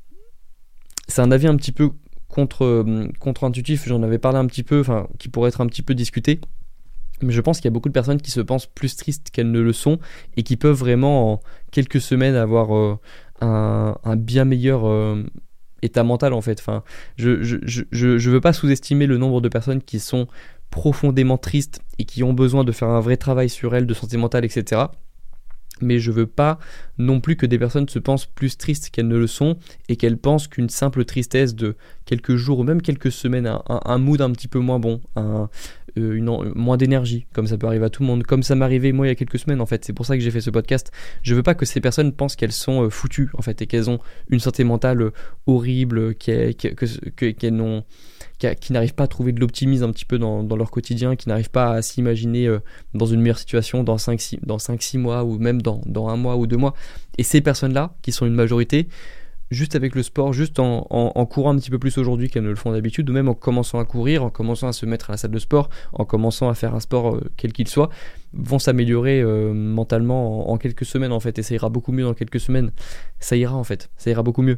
S2: c'est un avis un petit peu contre, contre-intuitif, j'en avais parlé un petit peu, enfin qui pourrait être un petit peu discuté, mais je pense qu'il y a beaucoup de personnes qui se pensent plus tristes qu'elles ne le sont et qui peuvent vraiment en quelques semaines avoir euh, un, un bien meilleur euh, état mental en fait. Enfin, je, je, je, je, je veux pas sous-estimer le nombre de personnes qui sont profondément tristes et qui ont besoin de faire un vrai travail sur elles, de santé mentale, et cetera. Mais je veux pas non plus que des personnes se pensent plus tristes qu'elles ne le sont et qu'elles pensent qu'une simple tristesse de quelques jours ou même quelques semaines, un, un, un mood un petit peu moins bon, un, euh, une, moins d'énergie, comme ça peut arriver à tout le monde, comme ça m'arrivait moi il y a quelques semaines en fait, c'est pour ça que j'ai fait ce podcast. Je veux pas que ces personnes pensent qu'elles sont euh, foutues en fait et qu'elles ont une santé mentale euh, horrible, qu'elles, que, que, qu'elles n'ont qui n'arrivent pas à trouver de l'optimisme un petit peu dans, dans leur quotidien, qui n'arrivent pas à s'imaginer euh, dans une meilleure situation dans cinq six mois ou même dans, dans un mois ou deux mois. Et ces personnes-là, qui sont une majorité, juste avec le sport, juste en, en, en courant un petit peu plus aujourd'hui qu'elles ne le font d'habitude, ou même en commençant à courir, en commençant à se mettre à la salle de sport, en commençant à faire un sport euh, quel qu'il soit, vont s'améliorer euh, mentalement en, en quelques semaines en fait, et ça ira beaucoup mieux dans quelques semaines. Ça ira en fait, ça ira beaucoup mieux.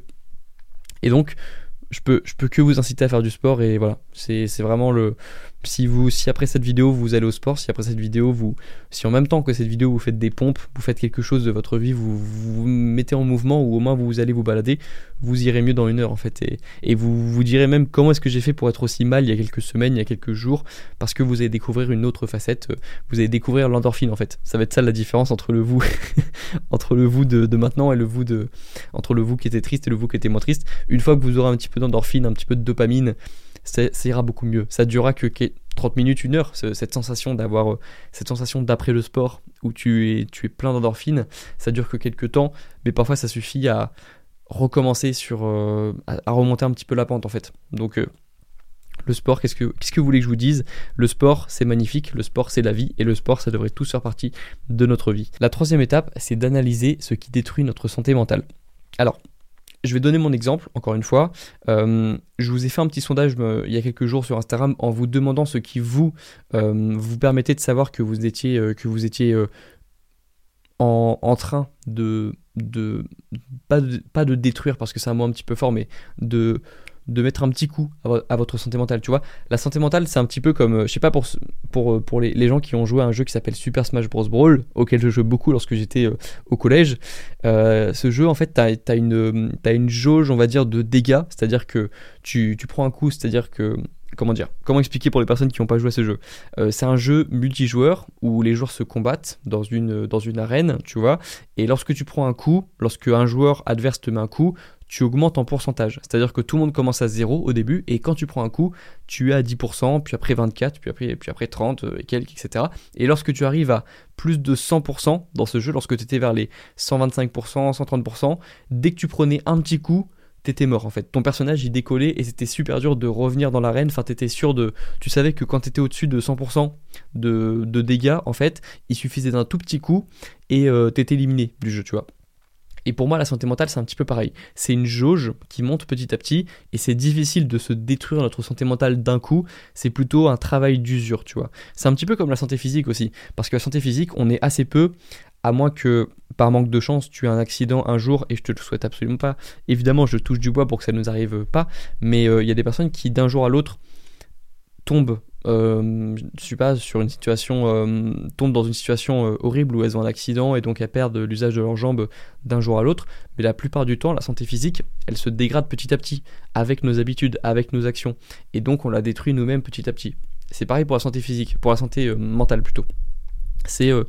S2: Et donc, Je peux, je peux que vous inciter à faire du sport et voilà, c'est, c'est vraiment le... Si, vous, si après cette vidéo vous allez au sport, si après cette vidéo vous... Si en même temps que cette vidéo vous faites des pompes, vous faites quelque chose de votre vie, vous vous, vous mettez en mouvement ou au moins vous allez vous balader, vous irez mieux dans une heure en fait. Et, et vous vous direz même comment est-ce que j'ai fait pour être aussi mal il y a quelques semaines, il y a quelques jours, parce que vous allez découvrir une autre facette, vous allez découvrir l'endorphine en fait. Ça va être ça la différence entre le vous, entre le vous de, de maintenant et le vous de... Entre le vous qui était triste et le vous qui était moins triste. Une fois que vous aurez un petit peu d'endorphine, un petit peu de dopamine, ça, ça ira beaucoup mieux. Ça durera que trente minutes, une heure, cette sensation d'avoir, cette sensation d'après le sport où tu es, tu es plein d'endorphine, ça dure que quelques temps, mais parfois ça suffit à recommencer sur, euh, à, à remonter un petit peu la pente en fait. Donc euh, le sport, qu'est-ce que, qu'est-ce que vous voulez que je vous dise ? Le sport, c'est magnifique, le sport, c'est la vie, et le sport, ça devrait tous faire partie de notre vie. La troisième étape, c'est d'analyser ce qui détruit notre santé mentale. Alors, je vais donner mon exemple, encore une fois. Euh, je vous ai fait un petit sondage euh, il y a quelques jours sur Instagram en vous demandant ce qui vous, euh, vous permettait de savoir que vous étiez, euh, que vous étiez euh, en, en train de, de, pas de... Pas de détruire, parce que c'est un mot un petit peu fort, mais de... de mettre un petit coup à, vo- à votre santé mentale, tu vois. La santé mentale, c'est un petit peu comme, euh, je sais pas, pour, pour, pour les, les gens qui ont joué à un jeu qui s'appelle Super Smash Bros. Brawl, auquel je joue beaucoup lorsque j'étais euh, au collège. Euh, ce jeu, en fait, t'as, t'as, une, t'as une jauge, on va dire, de dégâts, c'est-à-dire que tu, tu prends un coup, c'est-à-dire que comment dire, comment expliquer pour les personnes qui n'ont pas joué à ce jeu. Euh, c'est un jeu multijoueur où les joueurs se combattent dans une, dans une arène, tu vois, et lorsque tu prends un coup, lorsque un joueur adverse te met un coup, tu augmentes en pourcentage. C'est-à-dire que tout le monde commence à zéro au début, et quand tu prends un coup, tu es à dix pour cent, puis après vingt-quatre, puis après, puis après trente, et quelques, et cetera. Et lorsque tu arrives à plus de cent pour cent dans ce jeu, lorsque tu étais vers les cent vingt-cinq pour cent, cent trente pour cent, dès que tu prenais un petit coup, t'étais mort en fait. Ton personnage il décollait et c'était super dur de revenir dans l'arène. Enfin, t'étais sûr de. Tu savais que quand t'étais au-dessus de cent pour cent de, de dégâts, en fait, il suffisait d'un tout petit coup et euh, t'étais éliminé du jeu, tu vois. Et pour moi, la santé mentale, c'est un petit peu pareil. C'est une jauge qui monte petit à petit et c'est difficile de se détruire notre santé mentale d'un coup. C'est plutôt un travail d'usure, tu vois. C'est un petit peu comme la santé physique aussi. Parce que la santé physique, on est assez peu, à moins que par manque de chance, tu aies un accident un jour, et je te le souhaite absolument pas. Évidemment, je touche du bois pour que ça ne nous arrive pas, mais il euh, y a des personnes qui d'un jour à l'autre tombent, euh, je sais pas, sur une situation, euh, tombent dans une situation euh, horrible où elles ont un accident et donc elles perdent l'usage de leurs jambes d'un jour à l'autre. Mais la plupart du temps, la santé physique, elle se dégrade petit à petit avec nos habitudes, avec nos actions, et donc on la détruit nous-mêmes petit à petit. C'est pareil pour la santé physique, pour la santé euh, mentale plutôt. C'est euh,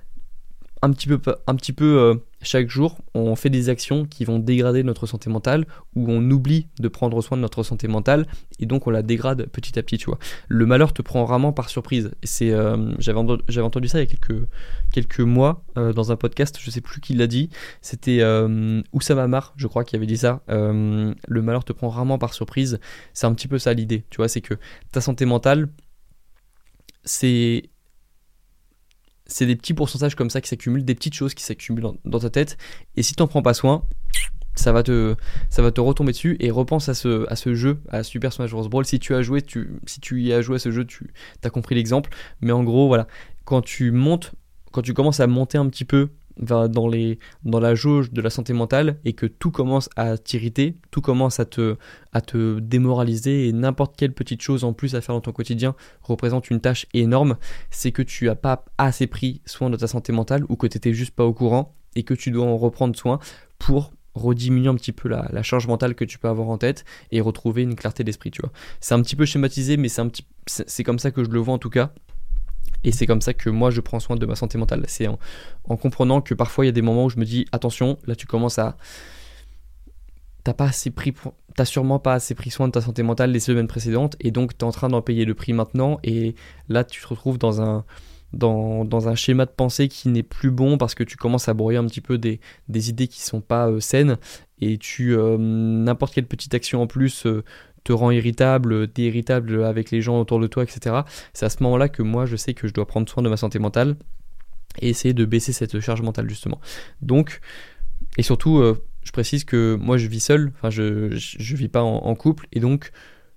S2: un petit peu, un petit peu euh, chaque jour, on fait des actions qui vont dégrader notre santé mentale, où on oublie de prendre soin de notre santé mentale, et donc on la dégrade petit à petit, tu vois. Le malheur te prend rarement par surprise. C'est, euh, j'avais, entendu, j'avais entendu ça il y a quelques, quelques mois, euh, dans un podcast, je sais plus qui l'a dit, c'était euh, Oussama Amar, je crois, qui avait dit ça. Euh, le malheur te prend rarement par surprise. C'est un petit peu ça l'idée, tu vois, c'est que ta santé mentale, c'est... c'est des petits pourcentages comme ça qui s'accumulent, des petites choses qui s'accumulent dans, dans ta tête, et si t'en prends pas soin, ça va te, ça va te retomber dessus. Et repense à ce, à ce jeu, à Super Smash Bros. Brawl. Si tu as joué, tu, si tu y as joué à ce jeu, tu as compris l'exemple. Mais en gros, voilà, quand tu montes, quand tu commences à monter un petit peu dans, les, dans la jauge de la santé mentale et que tout commence à t'irriter, tout commence à te, à te démoraliser, et n'importe quelle petite chose en plus à faire dans ton quotidien représente une tâche énorme, c'est que tu n'as pas assez pris soin de ta santé mentale, ou que tu n'étais juste pas au courant et que tu dois en reprendre soin pour rediminuer un petit peu la, la charge mentale que tu peux avoir en tête et retrouver une clarté d'esprit, tu vois. C'est un petit peu schématisé, mais c'est, un petit, c'est, c'est comme ça que je le vois en tout cas. Et c'est comme ça que moi je prends soin de ma santé mentale. C'est en, en comprenant que parfois il y a des moments où je me dis attention, là tu commences à... T'as pas assez pris, t'as sûrement pas assez pris soin de ta santé mentale les semaines précédentes, et donc t'es en train d'en payer le prix maintenant, et là tu te retrouves dans un... Dans, dans un schéma de pensée qui n'est plus bon, parce que tu commences à broyer un petit peu des, des idées qui sont pas euh, saines, et tu euh, n'importe quelle petite action en plus euh, te rend irritable, t'es irritable avec les gens autour de toi, et cetera. C'est à ce moment-là que moi je sais que je dois prendre soin de ma santé mentale et essayer de baisser cette charge mentale justement. Donc, et surtout, euh, je précise que moi je vis seul, enfin je, je, je vis pas en, en couple, et donc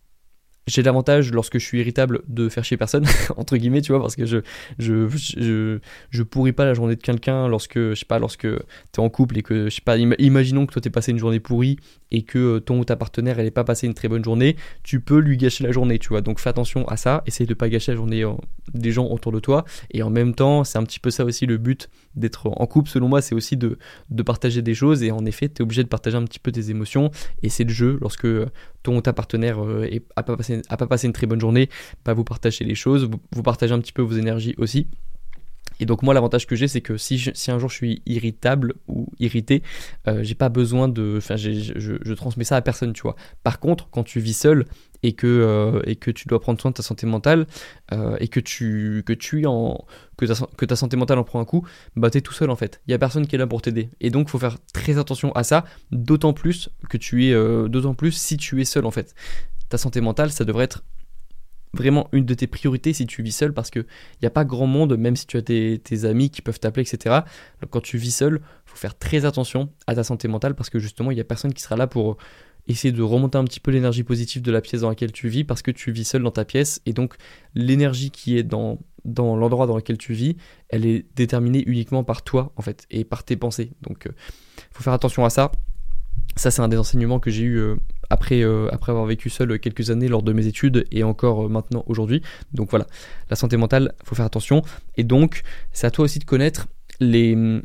S2: j'ai l'avantage, lorsque je suis irritable, de faire chier personne, entre guillemets, tu vois, parce que je, je, je, je pourris pas la journée de quelqu'un lorsque, je sais pas, lorsque t'es en couple et que, je sais pas, imaginons que toi t'es passé une journée pourrie et que ton ou ta partenaire elle est pas passé une très bonne journée, tu peux lui gâcher la journée, tu vois. Donc fais attention à ça, essaye de pas gâcher la journée des gens autour de toi, et en même temps, c'est un petit peu ça aussi le but d'être en couple, selon moi, c'est aussi de, de partager des choses, et en effet, t'es obligé de partager un petit peu tes émotions, et c'est le jeu, lorsque ton ou ta partenaire euh, a pas passé a pas passé une très bonne journée, bah vous partagez les choses, vous, vous partagez un petit peu vos énergies aussi. Et donc moi l'avantage que j'ai, c'est que si, je, si un jour je suis irritable ou irrité, euh, j'ai pas besoin de, enfin je, je, je transmets ça à personne, tu vois. Par contre, quand tu vis seul et que euh, et que tu dois prendre soin de ta santé mentale euh, et que tu que tu en que ta que ta santé mentale en prend un coup, bah t'es tout seul en fait. Il y a personne qui est là pour t'aider. Et donc faut faire très attention à ça, d'autant plus que tu es euh, d'autant plus si tu es seul en fait. Ta santé mentale, ça devrait être vraiment une de tes priorités si tu vis seul, parce qu'il n'y a pas grand monde, même si tu as tes, tes amis qui peuvent t'appeler, et cetera. Donc quand tu vis seul, il faut faire très attention à ta santé mentale, parce que justement, il n'y a personne qui sera là pour essayer de remonter un petit peu l'énergie positive de la pièce dans laquelle tu vis, parce que tu vis seul dans ta pièce, et donc l'énergie qui est dans, dans l'endroit dans lequel tu vis, elle est déterminée uniquement par toi, en fait, et par tes pensées. Donc il euh, faut faire attention à ça. Ça, c'est un des enseignements que j'ai eu euh, après, euh, après avoir vécu seul quelques années lors de mes études et encore euh, maintenant aujourd'hui. Donc voilà, la santé mentale, il faut faire attention. Et donc, c'est à toi aussi de connaître les...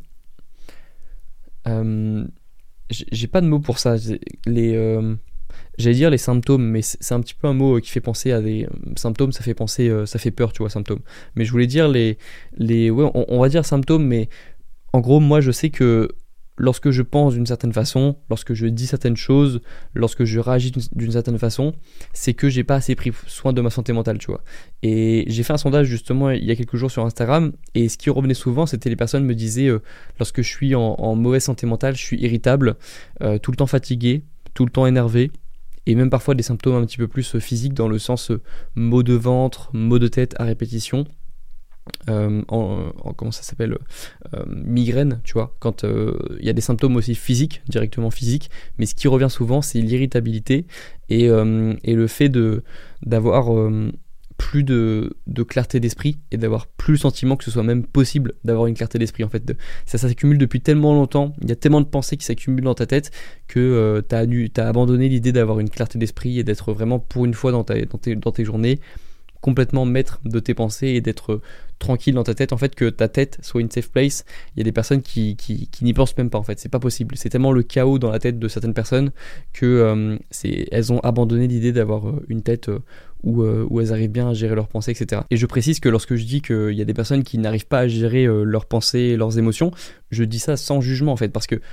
S2: Euh, j'ai pas de mots pour ça. Les... Euh, J'allais dire les symptômes, mais c'est un petit peu un mot qui fait penser à des symptômes, ça fait penser, ça fait peur, tu vois, symptômes. Mais je voulais dire les, les, ouais, on, on va dire symptômes, mais en gros, moi, je sais que lorsque je pense d'une certaine façon, lorsque je dis certaines choses, lorsque je réagis d'une certaine façon, c'est que j'ai pas assez pris soin de ma santé mentale, tu vois. Et j'ai fait un sondage justement il y a quelques jours sur Instagram, et ce qui revenait souvent, c'était les personnes me disaient, euh, lorsque je suis en, en mauvaise santé mentale, je suis irritable, euh, tout le temps fatigué, tout le temps énervé. Et même parfois des symptômes un petit peu plus physiques dans le sens euh, maux de ventre, maux de tête à répétition, euh, en, en, comment ça s'appelle, euh, migraine, tu vois, quand il euh, y a des symptômes aussi physiques, directement physiques, mais ce qui revient souvent c'est l'irritabilité et, euh, et le fait de, d'avoir euh, plus de, de clarté d'esprit et d'avoir plus le sentiment que ce soit même possible d'avoir une clarté d'esprit en fait. De, ça, ça s'accumule depuis tellement longtemps, il y a tellement de pensées qui s'accumulent dans ta tête que euh, tu as t'as abandonné l'idée d'avoir une clarté d'esprit et d'être vraiment pour une fois dans, ta, dans, tes, dans tes journées complètement maître de tes pensées et d'être tranquille dans ta tête, en fait, que ta tête soit une safe place. Il y a des personnes qui, qui, qui n'y pensent même pas, en fait, c'est pas possible. C'est tellement le chaos dans la tête de certaines personnes que euh, c'est, elles ont abandonné l'idée d'avoir euh, une tête euh, où, euh, où elles arrivent bien à gérer leurs pensées, et cetera. Et je précise que lorsque je dis qu'il y a des personnes qui n'arrivent pas à gérer euh, leurs pensées et leurs émotions, je dis ça sans jugement, en fait, parce que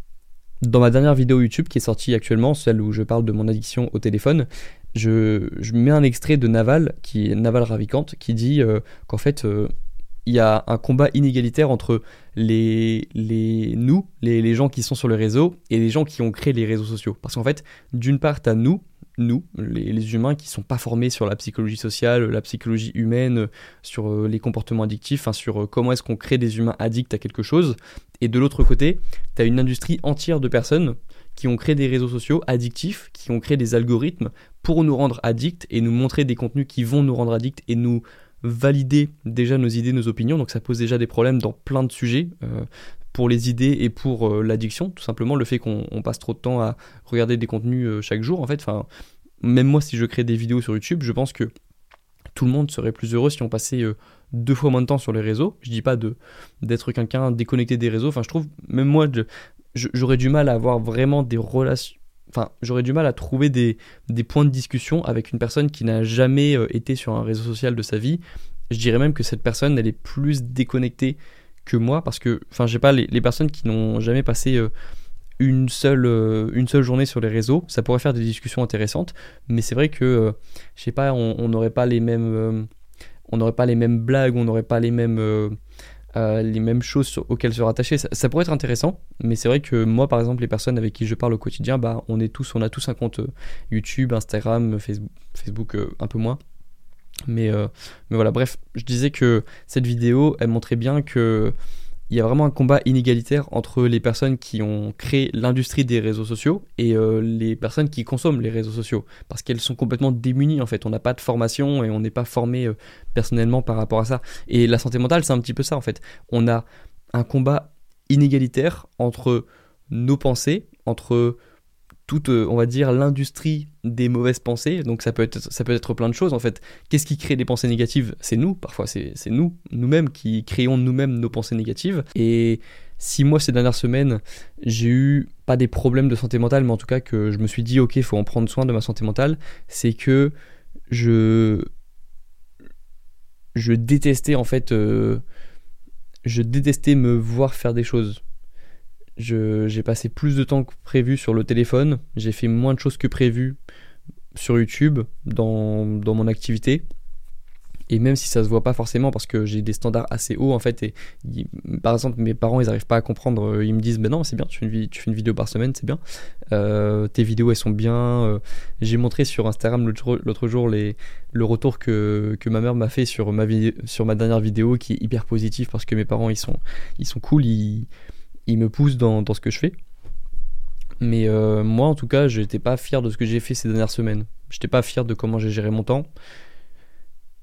S2: dans ma dernière vidéo YouTube qui est sortie actuellement, celle où je parle de mon addiction au téléphone, je, je mets un extrait de Naval, qui est Naval Ravikant, qui dit euh, qu'en fait euh, il y a un combat inégalitaire entre les, les nous, les, les gens qui sont sur le réseau et les gens qui ont créé les réseaux sociaux. Parce qu'en fait, d'une part, tu as nous, nous, les, les humains qui sont pas formés sur la psychologie sociale, la psychologie humaine, sur euh, les comportements addictifs, hein, sur euh, comment est-ce qu'on crée des humains addicts à quelque chose. Et de l'autre côté, tu as une industrie entière de personnes qui ont créé des réseaux sociaux addictifs, qui ont créé des algorithmes pour nous rendre addicts et nous montrer des contenus qui vont nous rendre addicts et nous valider déjà nos idées, nos opinions. Donc ça pose déjà des problèmes dans plein de sujets, euh, pour les idées et pour euh, l'addiction, tout simplement le fait qu'on on passe trop de temps à regarder des contenus euh, chaque jour, en fait. Enfin, même moi, si je crée des vidéos sur YouTube, je pense que tout le monde serait plus heureux si on passait euh, deux fois moins de temps sur les réseaux. Je dis pas de, d'être quelqu'un déconnecté des réseaux, enfin je trouve, même moi, je, je, j'aurais du mal à avoir vraiment des relations. Enfin, j'aurais du mal à trouver des, des points de discussion avec une personne qui n'a jamais euh, été sur un réseau social de sa vie. Je dirais même que cette personne, elle est plus déconnectée que moi, parce que, enfin, je sais pas, les, les personnes qui n'ont jamais passé euh, une, seule, euh, une seule journée sur les réseaux, ça pourrait faire des discussions intéressantes, mais c'est vrai que, euh, je sais pas, on n'aurait pas les mêmes, euh, on n'aurait pas les mêmes blagues, on n'aurait pas les mêmes... Euh, Euh, les mêmes choses sur, auxquelles se rattacher, ça, ça pourrait être intéressant, mais c'est vrai que moi par exemple les personnes avec qui je parle au quotidien, bah on est tous, on a tous un compte euh, YouTube, Instagram, Facebook, Facebook euh, un peu moins, mais, euh, mais voilà, bref, je disais que cette vidéo elle montrait bien que il y a vraiment un combat inégalitaire entre les personnes qui ont créé l'industrie des réseaux sociaux et euh, les personnes qui consomment les réseaux sociaux, parce qu'elles sont complètement démunies en fait. On n'a pas de formation et on n'est pas formé euh, personnellement par rapport à ça. Et la santé mentale, c'est un petit peu ça en fait. On a un combat inégalitaire entre nos pensées, entre toute, on va dire, l'industrie des mauvaises pensées. Donc ça peut être, ça peut être plein de choses en fait. Qu'est-ce qui crée des pensées négatives ? C'est nous, parfois c'est, c'est nous, nous-mêmes qui créons nous-mêmes nos pensées négatives. Et si moi ces dernières semaines, j'ai eu pas des problèmes de santé mentale, mais en tout cas que je me suis dit ok, il faut en prendre soin de ma santé mentale, c'est que je, je détestais en fait, euh, je détestais me voir faire des choses. Je, j'ai passé plus de temps que prévu sur le téléphone, j'ai fait moins de choses que prévu sur YouTube dans, dans mon activité, et même si ça se voit pas forcément parce que j'ai des standards assez hauts en fait, et y, par exemple mes parents ils arrivent pas à comprendre, ils me disent ben non c'est bien, tu fais une, tu fais une vidéo par semaine, c'est bien, euh, tes vidéos elles sont bien, euh, j'ai montré sur Instagram l'autre, l'autre jour les, le retour que, que ma mère m'a fait sur ma, vidéo, sur ma dernière vidéo qui est hyper positif parce que mes parents ils sont, ils sont cool, ils il me pousse dans, dans ce que je fais. Mais euh, moi, en tout cas, je n'étais pas fier de ce que j'ai fait ces dernières semaines. Je n'étais pas fier de comment j'ai géré mon temps.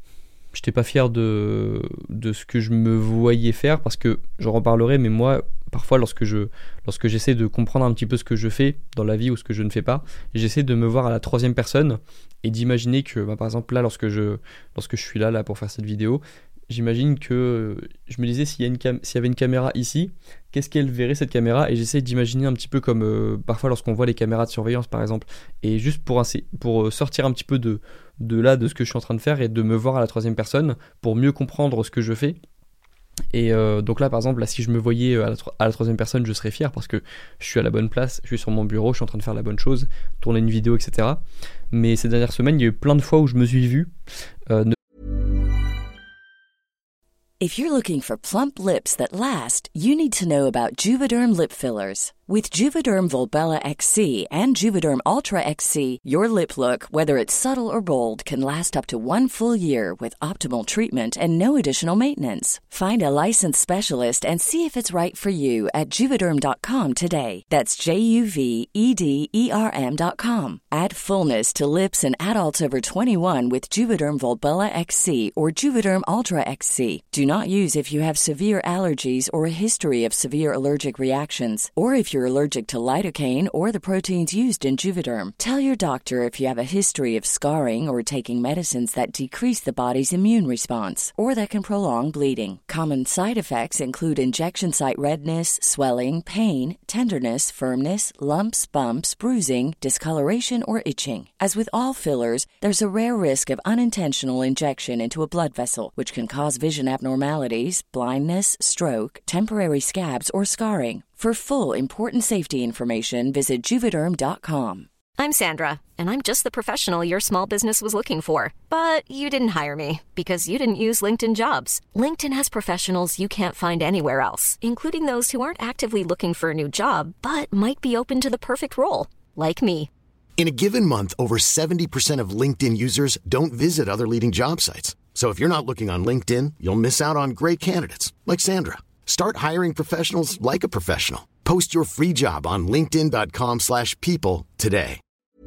S2: Je n'étais pas fier de, de ce que je me voyais faire, parce que, j'en reparlerai, mais moi, parfois lorsque, je, lorsque j'essaie de comprendre un petit peu ce que je fais dans la vie ou ce que je ne fais pas, j'essaie de me voir à la troisième personne et d'imaginer que, bah, par exemple là, lorsque je, lorsque je suis là, là pour faire cette vidéo, j'imagine que je me disais s'il y, a une cam- s'il y avait une caméra ici, qu'est-ce qu'elle verrait cette caméra, et j'essaie d'imaginer un petit peu comme euh, parfois lorsqu'on voit les caméras de surveillance par exemple, et juste pour, ainsi, pour sortir un petit peu de, de là, de ce que je suis en train de faire, et de me voir à la troisième personne pour mieux comprendre ce que je fais. Et euh, donc là par exemple, là, si je me voyais à la, à la troisième personne, je serais fier parce que je suis à la bonne place, je suis sur mon bureau, je suis en train de faire la bonne chose, tourner une vidéo, et cetera. Mais ces dernières semaines, il y a eu plein de fois où je me suis vu euh, ne
S3: If you're looking for plump lips that last, you need to know about Juvederm lip fillers. With Juvederm Volbella X C and Juvederm Ultra X C, your lip look, whether it's subtle or bold, can last up to one full year with optimal treatment and no additional maintenance. Find a licensed specialist and see if it's right for you at Juvederm dot com today. That's J U V E D E R M dot com. Add fullness to lips in adults over twenty-one with Juvederm Volbella X C or Juvederm Ultra X C. Do not use if you have severe allergies or a history of severe allergic reactions, or if you're allergic to lidocaine or the proteins used in Juvederm. Tell your doctor if you have a history of scarring or taking medicines that decrease the body's immune response or that can prolong bleeding. Common side effects include injection site redness, swelling, pain, tenderness, firmness, lumps, bumps, bruising, discoloration, or itching. As with all fillers, there's a rare risk of unintentional injection into a blood vessel, which can cause vision abnormalities, blindness, stroke, temporary scabs, or scarring. For full important safety information, visit Juvederm dot com.
S4: I'm Sandra, and I'm just the professional your small business was looking for. But you didn't hire me because you didn't use LinkedIn Jobs. LinkedIn has professionals you can't find anywhere else, including those who aren't actively looking for a new job, but might be open to the perfect role, like me.
S1: In a given month, over seventy percent of LinkedIn users don't visit other leading job sites. So if you're not looking on LinkedIn, you'll miss out on great candidates like Sandra. Start hiring professionals like a professional. Post your free job on linkedin dot com slash people today.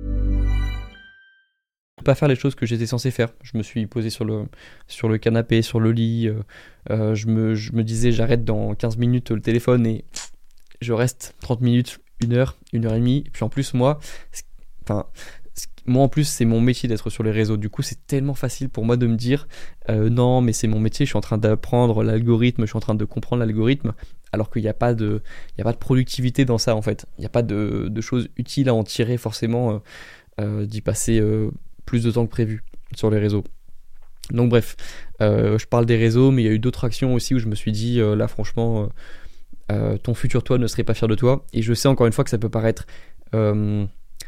S2: Pas faire les choses que j'étais censé faire. Je me suis posé sur le, sur le canapé, sur le lit. Euh, euh, je, me, je me disais j'arrête dans quinze minutes le téléphone et je reste trente minutes, une heure, une heure et demie. Et puis en plus, moi, enfin, moi en plus, c'est mon métier d'être sur les réseaux. Du coup, c'est tellement facile pour moi de me dire euh, non, mais c'est mon métier, je suis en train d'apprendre l'algorithme, je suis en train de comprendre l'algorithme. Alors qu'il n'y a pas de, il y a pas de productivité dans ça en fait. Il n'y a pas de, de choses utiles à en tirer forcément euh, euh, d'y passer euh, plus de temps que prévu sur les réseaux. Donc bref, euh, je parle des réseaux, mais il y a eu d'autres actions aussi où je me suis dit euh, là franchement, euh, euh, ton futur toi ne serait pas fier de toi. Et je sais encore une fois que ça peut paraître euh,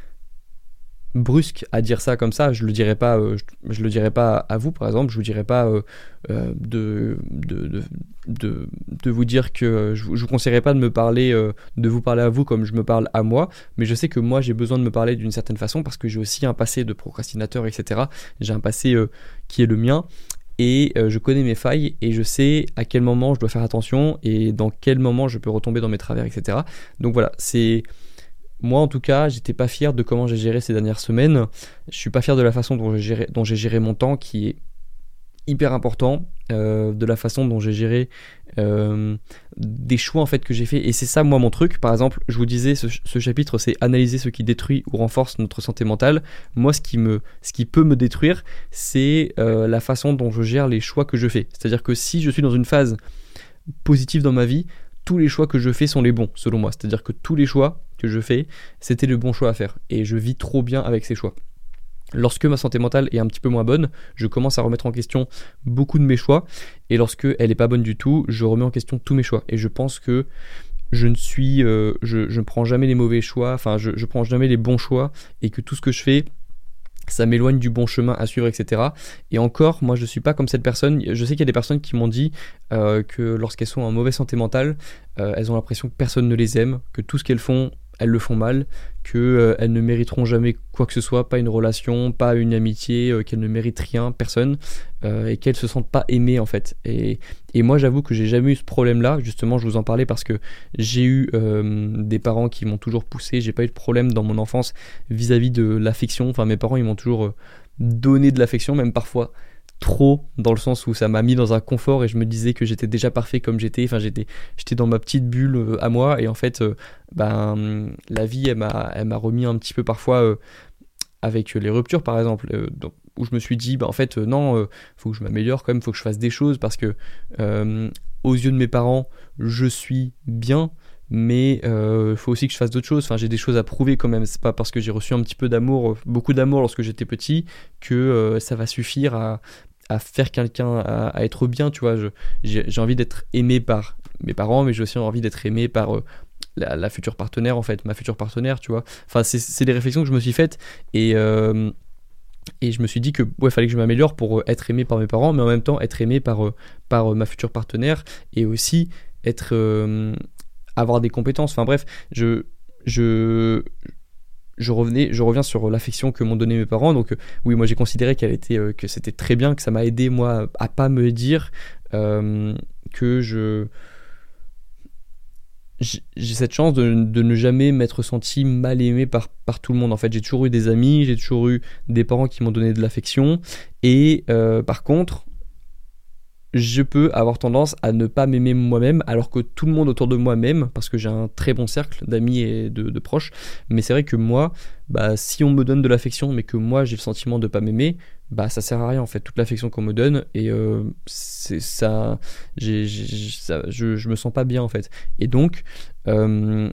S2: brusque à dire ça comme ça. Je le dirais pas, euh, je, je le dirais pas à vous par exemple. Je vous dirais pas euh, euh, de, de, de, de, de vous dire que euh, je, je vous conseillerais pas de me parler, euh, de vous parler à vous comme je me parle à moi. Mais je sais que moi j'ai besoin de me parler d'une certaine façon parce que j'ai aussi un passé de procrastinateur, et cetera. J'ai un passé euh, qui est le mien. Et euh, je connais mes failles et je sais à quel moment je dois faire attention et dans quel moment je peux retomber dans mes travers, et cetera. Donc voilà, c'est... Moi en tout cas, j'étais pas fier de comment j'ai géré ces dernières semaines. Je suis pas fier de la façon dont j'ai géré, dont j'ai géré mon temps qui est hyper important, euh, de la façon dont j'ai géré euh, des choix en fait que j'ai fait. Et c'est ça moi mon truc. Par exemple, je vous disais ce, ce chapitre c'est analyser ce qui détruit ou renforce notre santé mentale. Moi ce qui, me, ce qui peut me détruire c'est euh, la façon dont je gère les choix que je fais. C'est-à-dire que si je suis dans une phase positive dans ma vie, tous les choix que je fais sont les bons selon moi. C'est-à-dire que tous les choix que je fais, c'était le bon choix à faire. Et je vis trop bien avec ces choix. Lorsque ma santé mentale est un petit peu moins bonne, je commence à remettre en question beaucoup de mes choix. Et lorsque elle n'est pas bonne du tout, je remets en question tous mes choix. Et je pense que je ne suis, euh, je, je ne prends jamais les mauvais choix, enfin je ne prends jamais les bons choix. Et que tout ce que je fais, ça m'éloigne du bon chemin à suivre, et cetera. Et encore, moi je suis pas comme cette personne. Je sais qu'il y a des personnes qui m'ont dit euh, que lorsqu'elles sont en mauvaise santé mentale, euh, elles ont l'impression que personne ne les aime, que tout ce qu'elles font, elles le font mal, qu'elles euh, ne mériteront jamais quoi que ce soit, pas une relation, pas une amitié, euh, qu'elles ne méritent rien, personne, euh, et qu'elles se sentent pas aimées en fait. Et, et moi j'avoue que j'ai jamais eu ce problème-là, justement je vous en parlais parce que j'ai eu euh, des parents qui m'ont toujours poussé, j'ai pas eu de problème dans mon enfance vis-à-vis de l'affection, enfin mes parents ils m'ont toujours euh, donné de l'affection, même parfois trop, dans le sens où ça m'a mis dans un confort et je me disais que j'étais déjà parfait comme j'étais, enfin j'étais, j'étais dans ma petite bulle euh, à moi, et en fait euh, ben, la vie elle m'a, elle m'a remis un petit peu parfois euh, avec les ruptures par exemple, euh, donc, où je me suis dit bah, en fait euh, non, euh, faut que je m'améliore quand même, faut que je fasse des choses parce que euh, aux yeux de mes parents je suis bien, mais il euh, faut aussi que je fasse d'autres choses, enfin j'ai des choses à prouver quand même, c'est pas parce que j'ai reçu un petit peu d'amour, beaucoup d'amour lorsque j'étais petit, que euh, ça va suffire à à faire quelqu'un, à, à être bien, tu vois. Je, j'ai, j'ai envie d'être aimé par mes parents, mais j'ai aussi envie d'être aimé par euh, la, la future partenaire, en fait, ma future partenaire, tu vois. Enfin, c'est, c'est des réflexions que je me suis faites, et, euh, et je me suis dit que, ouais, fallait que je m'améliore pour euh, être aimé par mes parents, mais en même temps, être aimé par, euh, par euh, ma future partenaire, et aussi être, euh, avoir des compétences. Enfin, bref, je... je Je, revenais, je reviens sur l'affection que m'ont donné mes parents. Donc euh, oui, moi j'ai considéré qu'elle était, euh, que c'était très bien, que ça m'a aidé moi à pas me dire euh, que je j'ai cette chance de, de ne jamais m'être senti mal aimé par, par tout le monde. En fait, j'ai toujours eu des amis, j'ai toujours eu des parents qui m'ont donné de l'affection, et euh, par contre je peux avoir tendance à ne pas m'aimer moi-même, alors que tout le monde autour de moi m'aime, parce que j'ai un très bon cercle d'amis et de, de proches. Mais c'est vrai que moi, bah, si on me donne de l'affection, mais que moi j'ai le sentiment de ne pas m'aimer, bah ça sert à rien en fait, toute l'affection qu'on me donne, et euh, c'est ça, j'ai, j'ai, ça je, je me sens pas bien en fait. Et donc, euh,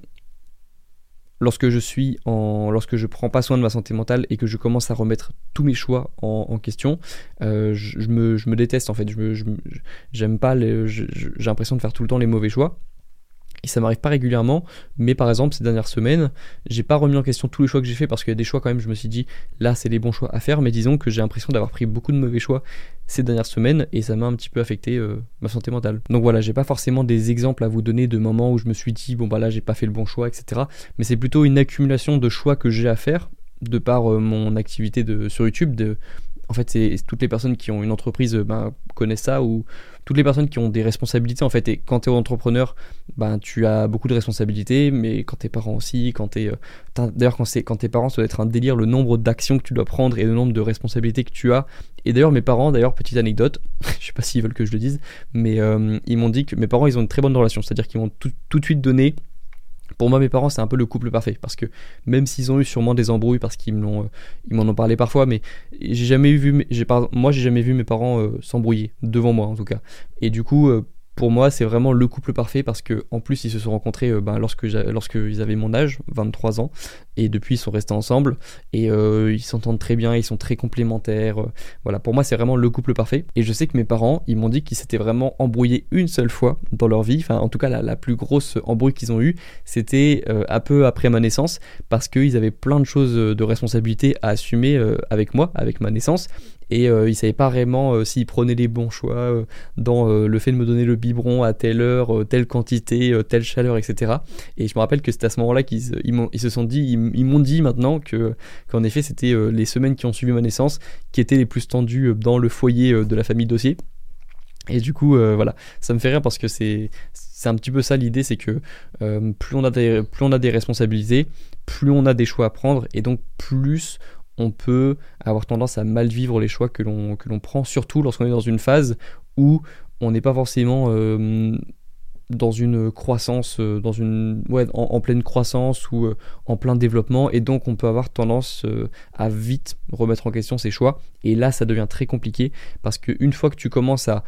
S2: lorsque je suis en, lorsque je prends pas soin de ma santé mentale et que je commence à remettre tous mes choix en, en question, euh, je, je, me, je me déteste en fait. Je me, je, j'aime pas les, je, j'ai l'impression de faire tout le temps les mauvais choix. Et ça m'arrive pas régulièrement, mais par exemple ces dernières semaines, j'ai pas remis en question tous les choix que j'ai fait, parce qu'il y a des choix quand même, je me suis dit là c'est les bons choix à faire, mais disons que j'ai l'impression d'avoir pris beaucoup de mauvais choix ces dernières semaines, et ça m'a un petit peu affecté euh, ma santé mentale. Donc voilà, j'ai pas forcément des exemples à vous donner de moments où je me suis dit bon bah là j'ai pas fait le bon choix, et cetera. Mais c'est plutôt une accumulation de choix que j'ai à faire de par euh, mon activité de, sur YouTube. De, en fait, c'est, c'est toutes les personnes qui ont une entreprise ben, connaissent ça, ou toutes les personnes qui ont des responsabilités en fait. Et quand tu es entrepreneur, ben, tu as beaucoup de responsabilités, mais quand t'es parent aussi, quand t'es, euh, d'ailleurs quand, c'est, quand t'es parent, ça doit être un délire le nombre d'actions que tu dois prendre et le nombre de responsabilités que tu as. Et d'ailleurs mes parents, d'ailleurs petite anecdote, je sais pas s'ils veulent que je le dise, mais euh, ils m'ont dit que mes parents ils ont une très bonne relation, c'est-à-dire qu'ils m'ont tout, tout de suite donné. Pour moi, mes parents, c'est un peu le couple parfait, parce que même s'ils ont eu sûrement des embrouilles, parce qu'ils m'ont, euh, ils m'en ont parlé parfois, mais j'ai jamais vu, j'ai, pardon, moi, j'ai jamais vu mes parents euh, s'embrouiller devant moi, en tout cas. Et du coup, euh, pour moi, c'est vraiment le couple parfait, parce que en plus, ils se sont rencontrés euh, ben, lorsque lorsqu'ils avaient mon âge, vingt-trois ans, et depuis, ils sont restés ensemble, et euh, ils s'entendent très bien, ils sont très complémentaires. Euh, voilà, pour moi, c'est vraiment le couple parfait. Et je sais que mes parents, ils m'ont dit qu'ils s'étaient vraiment embrouillés une seule fois dans leur vie. Enfin, en tout cas, la, la plus grosse embrouille qu'ils ont eue, c'était euh, un peu après ma naissance, parce qu'ils avaient plein de choses de responsabilité à assumer euh, avec moi, avec ma naissance. Et euh, ils savaient pas vraiment euh, s'ils prenaient les bons choix euh, dans euh, le fait de me donner le biberon à telle heure, euh, telle quantité, euh, telle chaleur, et cetera. Et je me rappelle que c'était à ce moment-là qu'ils ils, m'ont, ils se sont dit, ils, ils m'ont dit maintenant que qu'en effet c'était euh, les semaines qui ont suivi ma naissance qui étaient les plus tendues dans le foyer euh, de la famille Dossier. Et du coup, euh, voilà, ça me fait rire parce que c'est c'est un petit peu ça l'idée, c'est que euh, plus on a des plus on a des responsabilités, plus on a des choix à prendre, et donc plus on peut avoir tendance à mal vivre les choix que l'on, que l'on prend, surtout lorsqu'on est dans une phase où on n'est pas forcément euh, dans une croissance, euh, dans une, ouais, en, en pleine croissance ou euh, en plein développement, et donc on peut avoir tendance euh, à vite remettre en question ses choix, et là ça devient très compliqué, parce qu'une fois que tu commences à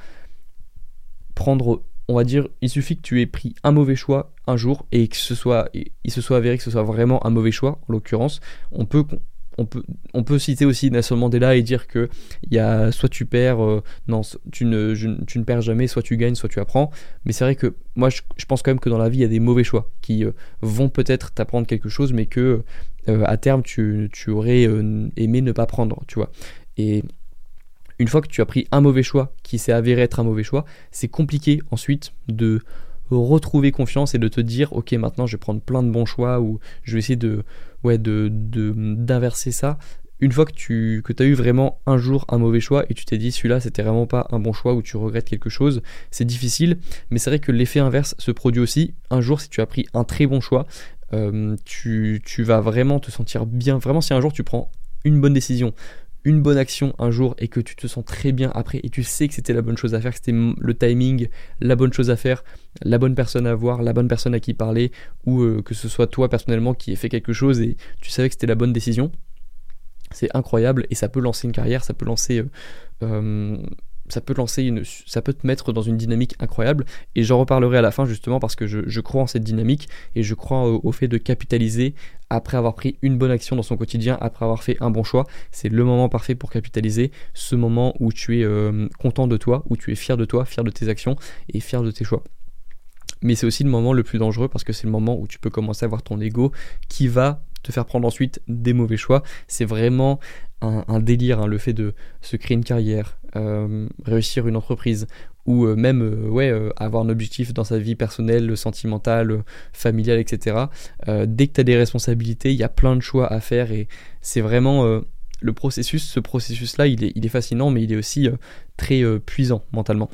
S2: prendre, on va dire, il suffit que tu aies pris un mauvais choix un jour, et que ce soit, il se soit avéré que ce soit vraiment un mauvais choix, en l'occurrence, on peut... On peut, on peut citer aussi Nelson Mandela et dire que y a, soit tu perds, euh, non, tu ne, je, tu ne perds jamais, soit tu gagnes, soit tu apprends. Mais c'est vrai que moi, je, je pense quand même que dans la vie, il y a des mauvais choix qui euh, vont peut-être t'apprendre quelque chose, mais que euh, à terme, tu, tu aurais euh, aimé ne pas prendre, tu vois. Et une fois que tu as pris un mauvais choix qui s'est avéré être un mauvais choix, c'est compliqué ensuite de retrouver confiance et de te dire ok, maintenant je vais prendre plein de bons choix, ou je vais essayer de ouais de, de d'inverser ça. Une fois que tu que t'as eu vraiment un jour un mauvais choix et tu t'es dit celui-là c'était vraiment pas un bon choix, ou tu regrettes quelque chose, c'est difficile. Mais c'est vrai que l'effet inverse se produit aussi. Un jour, si tu as pris un très bon choix, euh, tu, tu vas vraiment te sentir bien. Vraiment, si un jour tu prends une bonne décision, une bonne action un jour et que tu te sens très bien après et tu sais que c'était la bonne chose à faire, que c'était le timing, la bonne chose à faire, la bonne personne à voir, la bonne personne à qui parler, ou euh, que ce soit toi personnellement qui ait fait quelque chose et tu savais que c'était la bonne décision, c'est incroyable et ça peut lancer une carrière, ça peut lancer... Euh, euh, ça peut lancer une, ça peut te mettre dans une dynamique incroyable et j'en reparlerai à la fin justement parce que je, je crois en cette dynamique et je crois au, au fait de capitaliser après avoir pris une bonne action dans son quotidien, après avoir fait un bon choix. C'est le moment parfait pour capitaliser, ce moment où tu es euh, content de toi, où tu es fier de toi, fier de tes actions et fier de tes choix. Mais c'est aussi le moment le plus dangereux parce que c'est le moment où tu peux commencer à avoir ton ego qui va te faire prendre ensuite des mauvais choix. C'est vraiment un, un délire, hein, le fait de se créer une carrière, euh, réussir une entreprise ou euh, même euh, ouais, euh, avoir un objectif dans sa vie personnelle, sentimentale, euh, familiale, et cetera. Euh, dès que tu as des responsabilités, il y a plein de choix à faire et c'est vraiment... Euh, le processus, ce processus-là, il est, il est fascinant, mais il est aussi euh, très euh, puissant mentalement.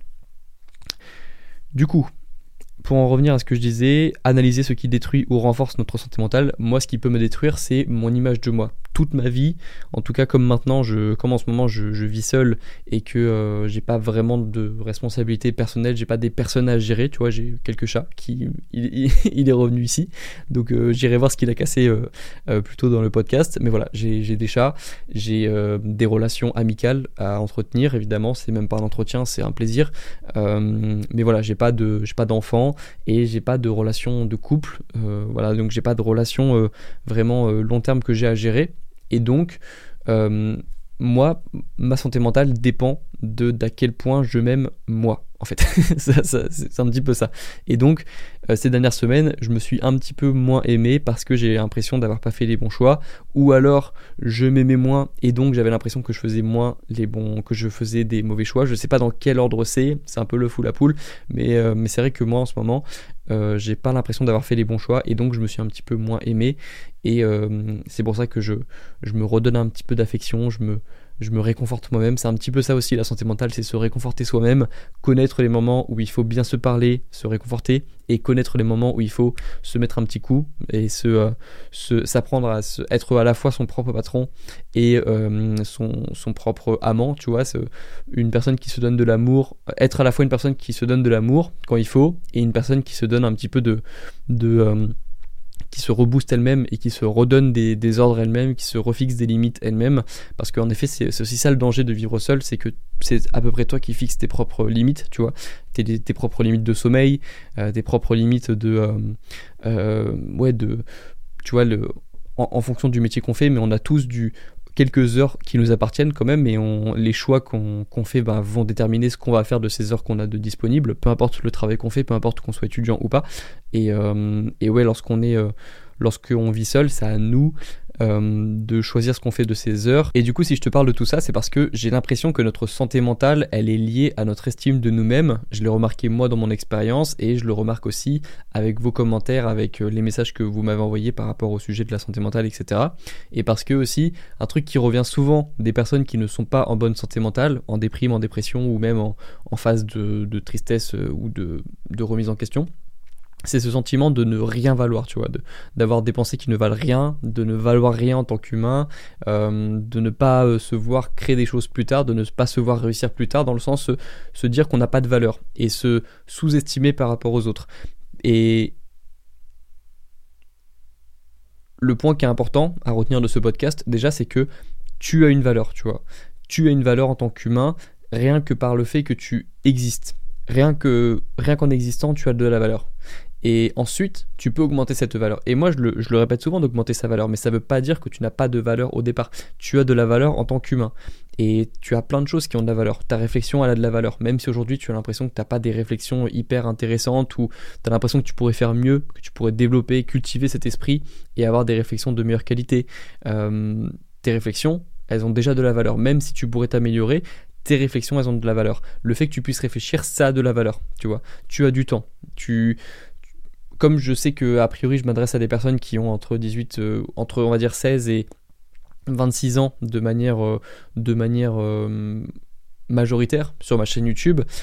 S2: Du coup, pour en revenir à ce que je disais, analyser ce qui détruit ou renforce notre santé mentale, moi ce qui peut me détruire c'est mon image de moi. Toute ma vie, en tout cas comme maintenant, je, comme en ce moment je, je vis seul et que euh, j'ai pas vraiment de responsabilité personnelle, j'ai pas des personnes à gérer, tu vois, j'ai quelques chats qui, il, il, il est revenu ici, donc euh, j'irai voir ce qu'il a cassé euh, euh, plus tôt dans le podcast, mais voilà, j'ai, j'ai des chats, j'ai euh, des relations amicales à entretenir, évidemment, c'est même pas un entretien, c'est un plaisir, euh, mais voilà, j'ai pas de, j'ai pas d'enfants et j'ai pas de relation de couple, euh, voilà, donc j'ai pas de relation euh, vraiment euh, long terme que j'ai à gérer. Et donc, euh, moi, ma santé mentale dépend de d'à quel point je m'aime moi, en fait. ça, ça, c'est un petit peu ça. Et donc, euh, ces dernières semaines, je me suis un petit peu moins aimé parce que j'ai l'impression d'avoir pas fait les bons choix, ou alors je m'aimais moins et donc j'avais l'impression que je faisais moins les bons, que je faisais des mauvais choix. Je sais pas dans quel ordre c'est, c'est un peu le fou la poule, mais euh, mais c'est vrai que moi en ce moment, euh, j'ai pas l'impression d'avoir fait les bons choix et donc je me suis un petit peu moins aimé et euh, c'est pour ça que je je me redonne un petit peu d'affection, je me je me réconforte moi-même, c'est un petit peu ça aussi la santé mentale, c'est se réconforter soi-même, connaître les moments où il faut bien se parler, se réconforter, et connaître les moments où il faut se mettre un petit coup et se, euh, se s'apprendre à se, être à la fois son propre patron et euh, son, son propre amant, tu vois, c'est une personne qui se donne de l'amour, être à la fois une personne qui se donne de l'amour quand il faut et une personne qui se donne un petit peu de... de euh, qui se rebooste elle-même et qui se redonne des, des ordres elle-même, qui se refixe des limites elle-même, parce qu'en effet c'est, c'est aussi ça le danger de vivre seul, c'est que c'est à peu près toi qui fixes tes propres limites, tu vois, tes, tes propres limites de sommeil, euh, tes propres limites de, euh, euh, ouais, de, tu vois, le, en, en fonction du métier qu'on fait, mais on a tous du quelques heures qui nous appartiennent quand même et on, les choix qu'on, qu'on fait bah, vont déterminer ce qu'on va faire de ces heures qu'on a de disponibles, peu importe le travail qu'on fait, peu importe qu'on soit étudiant ou pas. Et, euh, et ouais, lorsqu'on est, euh, lorsqu'on vit seul, c'est à nous euh, de choisir ce qu'on fait de ces heures. Et du coup, si je te parle de tout ça, c'est parce que j'ai l'impression que notre santé mentale, elle est liée à notre estime de nous-mêmes. Je l'ai remarqué moi dans mon expérience et je le remarque aussi avec vos commentaires, avec les messages que vous m'avez envoyés par rapport au sujet de la santé mentale, et cetera. Et parce que aussi, un truc qui revient souvent des personnes qui ne sont pas en bonne santé mentale, en déprime, en dépression ou même en, en phase de, de tristesse ou de, de remise en question, c'est ce sentiment de ne rien valoir, tu vois, de, d'avoir des pensées qui ne valent rien, de ne valoir rien en tant qu'humain, euh, de ne pas euh, se voir créer des choses plus tard, de ne pas se voir réussir plus tard, dans le sens euh, se dire qu'on n'a pas de valeur et se sous-estimer par rapport aux autres. Et le point qui est important à retenir de ce podcast, déjà, c'est que tu as une valeur, tu vois. Tu as une valeur en tant qu'humain, rien que par le fait que tu existes. Rien que, rien qu'en existant, tu as de la valeur. Et ensuite, tu peux augmenter cette valeur. Et moi, je le, je le répète souvent d'augmenter sa valeur, mais ça ne veut pas dire que tu n'as pas de valeur au départ. Tu as de la valeur en tant qu'humain. Et tu as plein de choses qui ont de la valeur. Ta réflexion, elle a de la valeur. Même si aujourd'hui, tu as l'impression que tu n'as pas des réflexions hyper intéressantes ou tu as l'impression que tu pourrais faire mieux, que tu pourrais développer, cultiver cet esprit et avoir des réflexions de meilleure qualité. Euh, tes réflexions, elles ont déjà de la valeur. Même si tu pourrais t'améliorer, tes réflexions, elles ont de la valeur. Le fait que tu puisses réfléchir, ça a de la valeur. Tu vois, tu as du temps. Tu... Comme je sais que a priori je m'adresse à des personnes qui ont entre dix-huit, euh, entre on va dire seize et vingt-six ans de manière, euh, de manière euh, majoritaire sur ma chaîne YouTube,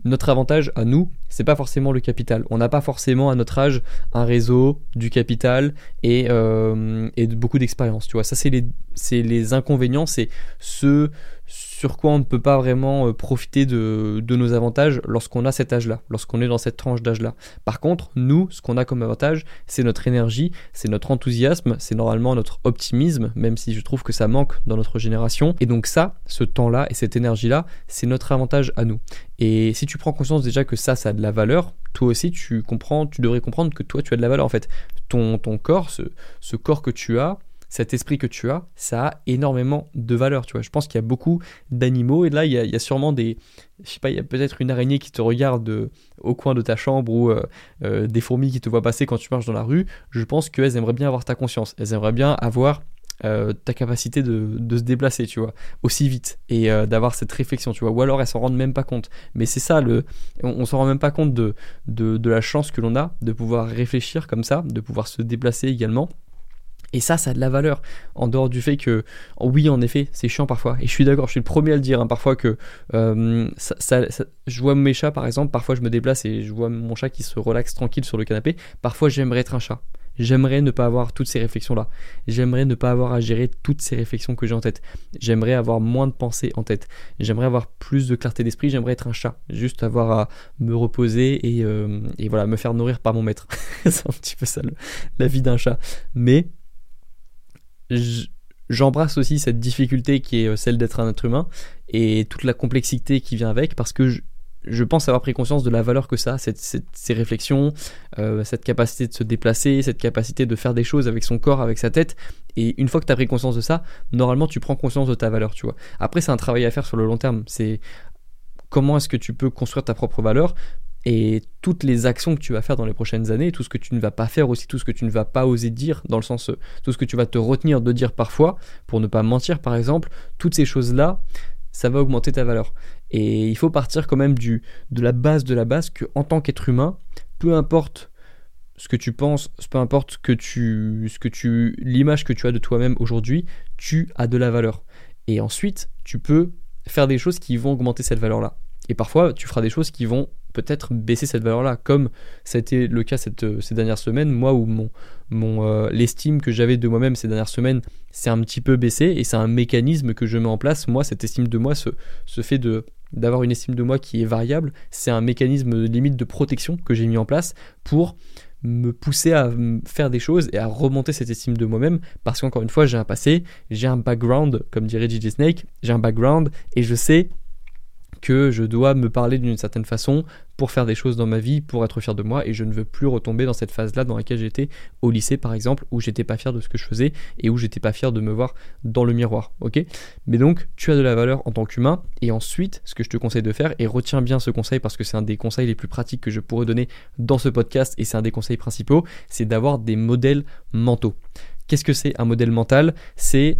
S2: notre avantage à nous, c'est pas forcément le capital. On n'a pas forcément à notre âge un réseau, du capital et, euh, et beaucoup d'expérience. Tu vois, ça c'est les, c'est les inconvénients, c'est ce sur quoi on ne peut pas vraiment profiter de, de nos avantages lorsqu'on a cet âge-là, lorsqu'on est dans cette tranche d'âge-là. Par contre, nous, ce qu'on a comme avantage, c'est notre énergie, c'est notre enthousiasme, c'est normalement notre optimisme, même si je trouve que ça manque dans notre génération. Et donc ça, ce temps-là et cette énergie-là, c'est notre avantage à nous. Et si tu prends conscience déjà que ça, ça a de la valeur, toi aussi, tu comprends, tu devrais comprendre que toi, tu as de la valeur. En fait, ton, ton corps, ce, ce corps que tu as, cet esprit que tu as, ça a énormément de valeur, tu vois. Je pense qu'il y a beaucoup d'animaux et là, il y a, il y a sûrement des... Je sais pas, il y a peut-être une araignée qui te regarde de, au coin de ta chambre ou euh, euh, des fourmis qui te voient passer quand tu marches dans la rue. Je pense qu'elles aimeraient bien avoir ta conscience. Elles aimeraient bien avoir euh, ta capacité de, de se déplacer, tu vois, aussi vite et euh, d'avoir cette réflexion, tu vois. Ou alors elles s'en rendent même pas compte. Mais c'est ça, le, on, on s'en rend même pas compte de, de, de la chance que l'on a de pouvoir réfléchir comme ça, de pouvoir se déplacer également. Et ça, ça a de la valeur, en dehors du fait que, oui, en effet, c'est chiant parfois. Et je suis d'accord, je suis le premier à le dire, hein, parfois que euh, ça, ça, ça, je vois mes chats, par exemple, parfois je me déplace et je vois mon chat qui se relaxe tranquille sur le canapé. Parfois, j'aimerais être un chat. J'aimerais ne pas avoir toutes ces réflexions-là. J'aimerais ne pas avoir à gérer toutes ces réflexions que j'ai en tête. J'aimerais avoir moins de pensées en tête. J'aimerais avoir plus de clarté d'esprit. J'aimerais être un chat. Juste avoir à me reposer et, euh, et voilà, me faire nourrir par mon maître. C'est un petit peu ça, le, la vie d'un chat. Mais... j'embrasse aussi cette difficulté qui est celle d'être un être humain et toute la complexité qui vient avec parce que je, je pense avoir pris conscience de la valeur que ça a, cette, cette, ces réflexions, euh, cette capacité de se déplacer, cette capacité de faire des choses avec son corps, avec sa tête. Et une fois que tu as pris conscience de ça, normalement tu prends conscience de ta valeur, tu vois. Après, c'est un travail à faire sur le long terme. C'est comment est-ce que tu peux construire ta propre valeur et toutes les actions que tu vas faire dans les prochaines années, tout ce que tu ne vas pas faire aussi, tout ce que tu ne vas pas oser dire, dans le sens, tout ce que tu vas te retenir de dire parfois, pour ne pas mentir par exemple, toutes ces choses-là, ça va augmenter ta valeur. Et il faut partir quand même du, de la base de la base, qu'en tant qu'être humain, peu importe ce que tu penses, peu importe ce que tu, ce que tu, l'image que tu as de toi-même aujourd'hui, tu as de la valeur. Et ensuite, tu peux faire des choses qui vont augmenter cette valeur-là. Et parfois, tu feras des choses qui vont peut-être baisser cette valeur-là, comme ça a été le cas cette, ces dernières semaines, moi où mon, mon, euh, l'estime que j'avais de moi-même ces dernières semaines s'est un petit peu baissé, et c'est un mécanisme que je mets en place. Moi, cette estime de moi, ce, ce fait de, d'avoir une estime de moi qui est variable, c'est un mécanisme limite de protection que j'ai mis en place pour me pousser à faire des choses et à remonter cette estime de moi-même, parce qu'encore une fois, j'ai un passé, j'ai un background, comme dirait D J Snake, j'ai un background, et je sais que je dois me parler d'une certaine façon pour faire des choses dans ma vie, pour être fier de moi, et je ne veux plus retomber dans cette phase-là dans laquelle j'étais au lycée par exemple, où j'étais pas fier de ce que je faisais et où j'étais pas fier de me voir dans le miroir, ok ? Mais donc, tu as de la valeur en tant qu'humain, et ensuite, ce que je te conseille de faire, et retiens bien ce conseil parce que c'est un des conseils les plus pratiques que je pourrais donner dans ce podcast, et c'est un des conseils principaux, c'est d'avoir des modèles mentaux. Qu'est-ce que c'est un modèle mental ? C'est,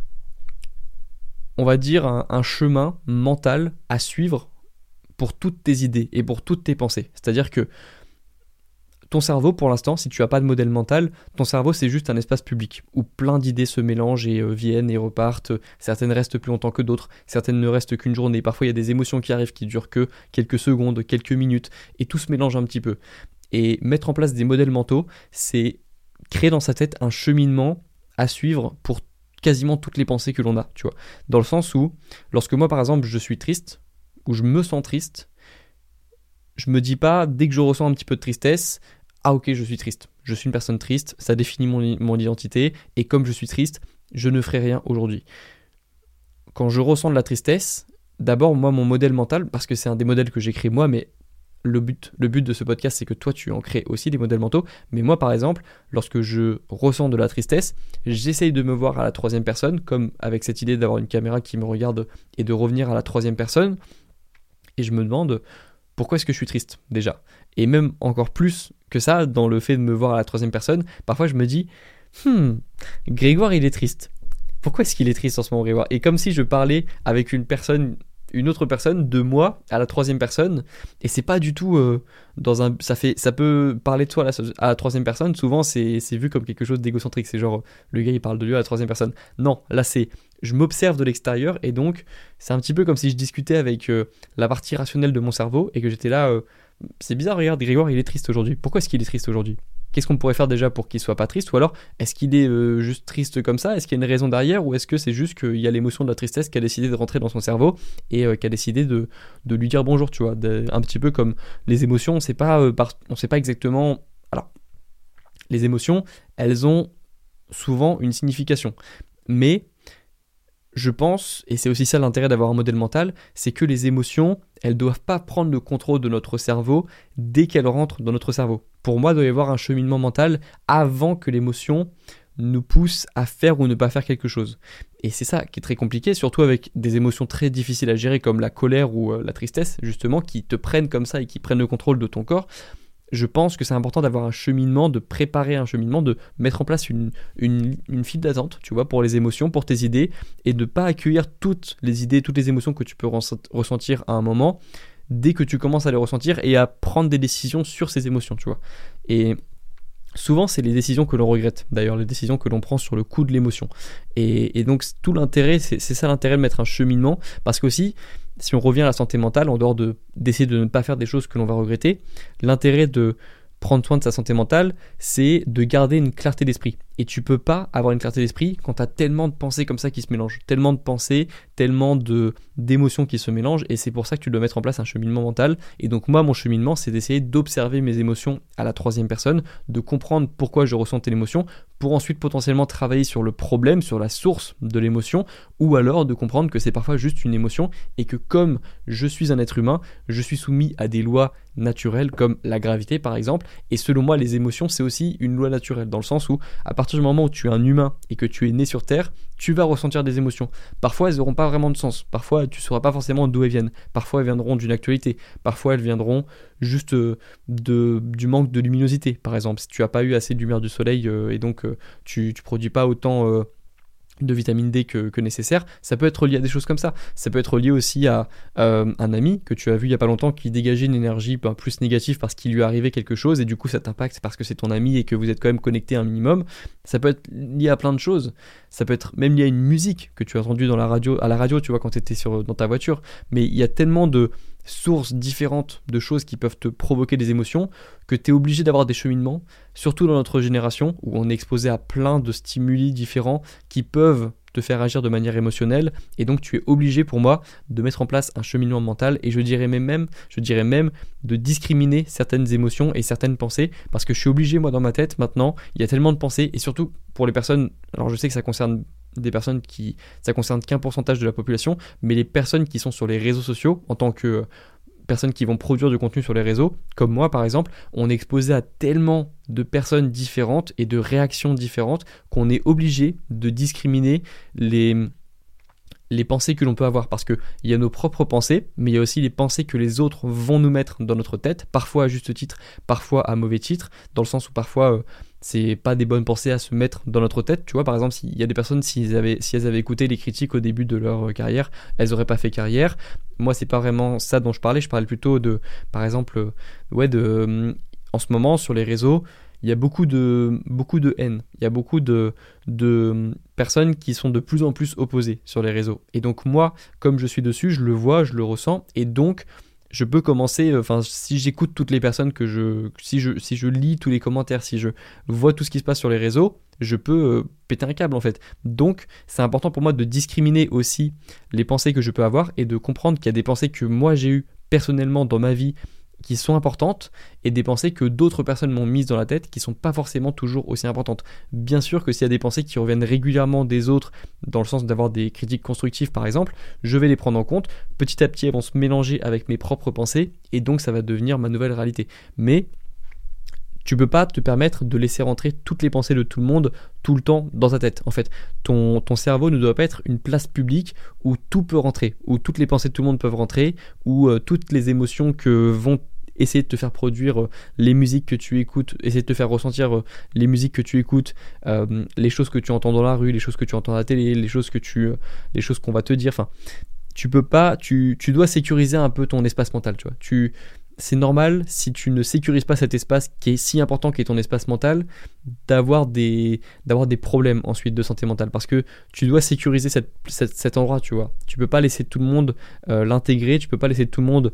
S2: on va dire, un, un chemin mental à suivre pour toutes tes idées et pour toutes tes pensées. C'est-à-dire que ton cerveau, pour l'instant, si tu n'as pas de modèle mental, ton cerveau, c'est juste un espace public où plein d'idées se mélangent et euh, viennent et repartent. Certaines restent plus longtemps que d'autres, certaines ne restent qu'une journée. Parfois, il y a des émotions qui arrivent qui durent que quelques secondes, quelques minutes, et tout se mélange un petit peu. Et mettre en place des modèles mentaux, c'est créer dans sa tête un cheminement à suivre pour quasiment toutes les pensées que l'on a, tu vois. Dans le sens où, lorsque moi, par exemple, je suis triste, ou je me sens triste, je me dis pas, dès que je ressens un petit peu de tristesse, ah ok, je suis triste, je suis une personne triste, ça définit mon, mon identité, et comme je suis triste, je ne ferai rien aujourd'hui. Quand je ressens de la tristesse, d'abord, moi, mon modèle mental, parce que c'est un des modèles que j'ai créé moi, mais le but, le but de ce podcast, c'est que toi, tu en crées aussi des modèles mentaux. Mais moi, par exemple, lorsque je ressens de la tristesse, j'essaye de me voir à la troisième personne, comme avec cette idée d'avoir une caméra qui me regarde et de revenir à la troisième personne. Et je me demande, pourquoi est-ce que je suis triste, déjà ? Et même encore plus que ça, dans le fait de me voir à la troisième personne, parfois je me dis, hmm, Grégoire, il est triste. Pourquoi est-ce qu'il est triste en ce moment, Grégoire ? Et comme si je parlais avec une personne... une autre personne de moi à la troisième personne, et c'est pas du tout euh, dans un ça fait ça peut parler de soi à la, à la troisième personne, souvent c'est c'est vu comme quelque chose d'égocentrique, c'est genre le gars il parle de lui à la troisième personne. Non, là c'est je m'observe de l'extérieur et donc c'est un petit peu comme si je discutais avec euh, la partie rationnelle de mon cerveau et que j'étais là, euh, c'est bizarre, regarde, Grégoire il est triste aujourd'hui. Pourquoi est-ce qu'il est triste aujourd'hui ? Qu'est-ce qu'on pourrait faire déjà pour qu'il soit pas triste ? Ou alors, est-ce qu'il est euh, juste triste comme ça ? Est-ce qu'il y a une raison derrière ? Ou est-ce que c'est juste qu'il y a l'émotion de la tristesse qui a décidé de rentrer dans son cerveau et euh, qui a décidé de, de lui dire bonjour, tu vois, de, un petit peu comme les émotions, on sait pas, euh, par, on sait pas exactement... Alors, les émotions, elles ont souvent une signification. Mais je pense, et c'est aussi ça l'intérêt d'avoir un modèle mental, c'est que les émotions, elles ne doivent pas prendre le contrôle de notre cerveau dès qu'elles rentrent dans notre cerveau. Pour moi, il doit y avoir un cheminement mental avant que l'émotion nous pousse à faire ou ne pas faire quelque chose. Et c'est ça qui est très compliqué, surtout avec des émotions très difficiles à gérer comme la colère ou euh, la tristesse, justement, qui te prennent comme ça et qui prennent le contrôle de ton corps. Je pense que c'est important d'avoir un cheminement, de préparer un cheminement, de mettre en place une, une, une file d'attente, tu vois, pour les émotions, pour tes idées, et de ne pas accueillir toutes les idées, toutes les émotions que tu peux ressentir à un moment, dès que tu commences à les ressentir, et à prendre des décisions sur ces émotions, tu vois. Et souvent, c'est les décisions que l'on regrette, d'ailleurs, les décisions que l'on prend sur le coup de l'émotion. Et, et donc, tout l'intérêt, c'est, c'est ça l'intérêt de mettre un cheminement, parce qu'aussi, si on revient à la santé mentale, en dehors de, d'essayer de ne pas faire des choses que l'on va regretter, l'intérêt de prendre soin de sa santé mentale, c'est de garder une clarté d'esprit. Et tu peux pas avoir une clarté d'esprit quand tu as tellement de pensées comme ça qui se mélangent, tellement de pensées, tellement de, d'émotions qui se mélangent, et c'est pour ça que tu dois mettre en place un cheminement mental. Et donc moi, mon cheminement, c'est d'essayer d'observer mes émotions à la troisième personne, de comprendre pourquoi je ressentais l'émotion, pour ensuite potentiellement travailler sur le problème, sur la source de l'émotion, ou alors de comprendre que c'est parfois juste une émotion, et que comme je suis un être humain, je suis soumis à des lois naturelles, comme la gravité par exemple, et selon moi, les émotions, c'est aussi une loi naturelle, dans le sens où, à partir du moment où tu es un humain et que tu es né sur Terre, tu vas ressentir des émotions. Parfois, elles n'auront pas vraiment de sens. Parfois, tu ne sauras pas forcément d'où elles viennent. Parfois, elles viendront d'une actualité. Parfois, elles viendront juste euh, de, du manque de luminosité, par exemple. Si tu n'as pas eu assez de lumière du soleil euh, et donc euh, tu ne produis pas autant... Euh, de vitamine D que, que nécessaire, ça peut être lié à des choses comme ça. Ça peut être lié aussi à euh, un ami que tu as vu il n'y a pas longtemps qui dégageait une énergie ben, plus négative parce qu'il lui arrivait quelque chose et du coup ça t'impacte parce que c'est ton ami et que vous êtes quand même connecté un minimum. Ça peut être lié à plein de choses. Ça peut être même lié à une musique que tu as entendue dans la radio, à la radio, tu vois, quand tu étais sur, dans ta voiture. Mais il y a tellement de sources différentes de choses qui peuvent te provoquer des émotions que tu es obligé d'avoir des cheminements, surtout dans notre génération où on est exposé à plein de stimuli différents qui peuvent te faire agir de manière émotionnelle, et donc tu es obligé pour moi de mettre en place un cheminement mental, et je dirais même, je dirais même de discriminer certaines émotions et certaines pensées, parce que je suis obligé, moi dans ma tête maintenant, il y a tellement de pensées, et surtout pour les personnes, alors je sais que ça concerne des personnes qui, ça concerne qu'un pourcentage de la population, mais les personnes qui sont sur les réseaux sociaux, en tant que personnes qui vont produire du contenu sur les réseaux, comme moi par exemple, on est exposé à tellement de personnes différentes et de réactions différentes qu'on est obligé de discriminer les, les pensées que l'on peut avoir, parce qu'il y a nos propres pensées, mais il y a aussi les pensées que les autres vont nous mettre dans notre tête, parfois à juste titre, parfois à mauvais titre, dans le sens où parfois euh, c'est pas des bonnes pensées à se mettre dans notre tête, tu vois. Par exemple, s'il y a des personnes, si elles avaient, si elles avaient écouté les critiques au début de leur carrière, elles auraient pas fait carrière. Moi, c'est pas vraiment ça dont je parlais, je parlais plutôt de, par exemple, ouais, de, en ce moment, sur les réseaux, il y a beaucoup de, beaucoup de haine, il y a beaucoup de, de personnes qui sont de plus en plus opposées sur les réseaux. Et donc moi, comme je suis dessus, je le vois, je le ressens, et donc je peux commencer, enfin si j'écoute toutes les personnes que je, si je, si je lis tous les commentaires, si je vois tout ce qui se passe sur les réseaux, je peux euh, péter un câble en fait. Donc c'est important pour moi de discriminer aussi les pensées que je peux avoir et de comprendre qu'il y a des pensées que moi j'ai eues personnellement dans ma vie qui sont importantes et des pensées que d'autres personnes m'ont mises dans la tête qui sont pas forcément toujours aussi importantes. Bien sûr que s'il y a des pensées qui reviennent régulièrement des autres, dans le sens d'avoir des critiques constructives par exemple, je vais les prendre en compte. Petit à petit, elles vont se mélanger avec mes propres pensées et donc ça va devenir ma nouvelle réalité. Mais tu peux pas te permettre de laisser rentrer toutes les pensées de tout le monde tout le temps dans ta tête. En fait, ton, ton cerveau ne doit pas être une place publique où tout peut rentrer, où toutes les pensées de tout le monde peuvent rentrer, où euh, toutes les émotions que vont essayer de te faire produire euh, les musiques que tu écoutes, essayer de te faire ressentir euh, les musiques que tu écoutes, euh, les choses que tu entends dans la rue, les choses que tu entends à la télé, les choses que tu, euh, les choses qu'on va te dire. Enfin, tu peux pas, tu, tu dois sécuriser un peu ton espace mental, tu vois. Tu c'est normal, si tu ne sécurises pas cet espace qui est si important, qui est ton espace mental, d'avoir des, d'avoir des problèmes ensuite de santé mentale, parce que tu dois sécuriser cette, cette, cet endroit, tu vois. Tu peux pas laisser tout le monde euh, l'intégrer, tu peux pas laisser tout le monde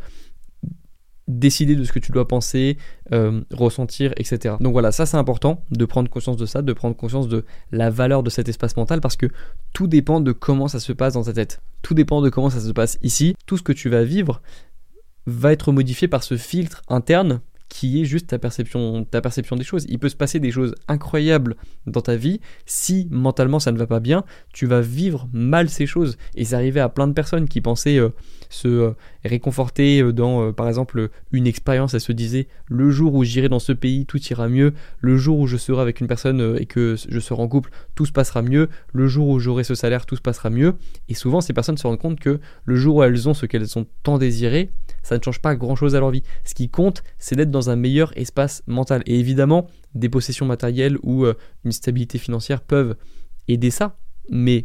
S2: décider de ce que tu dois penser, euh, ressentir, et cetera. Donc voilà, ça c'est important de prendre conscience de ça, de prendre conscience de la valeur de cet espace mental, parce que tout dépend de comment ça se passe dans ta tête. Tout dépend de comment ça se passe ici. Tout ce que tu vas vivre va être modifié par ce filtre interne qui est juste ta perception, ta perception des choses. Il peut se passer des choses incroyables dans ta vie. Si mentalement ça ne va pas bien, tu vas vivre mal ces choses. Et c'est arrivé à plein de personnes qui pensaient euh, se euh, réconforter dans, euh, par exemple, une expérience. Elles se disaient, le jour où j'irai dans ce pays, tout ira mieux. Le jour où je serai avec une personne euh, et que je serai en couple, tout se passera mieux. Le jour où j'aurai ce salaire, tout se passera mieux. Et souvent, ces personnes se rendent compte que le jour où elles ont ce qu'elles ont tant désiré, ça ne change pas grand-chose à leur vie. Ce qui compte, c'est d'être dans un meilleur espace mental. Et évidemment, des possessions matérielles ou euh, une stabilité financière peuvent aider ça. Mais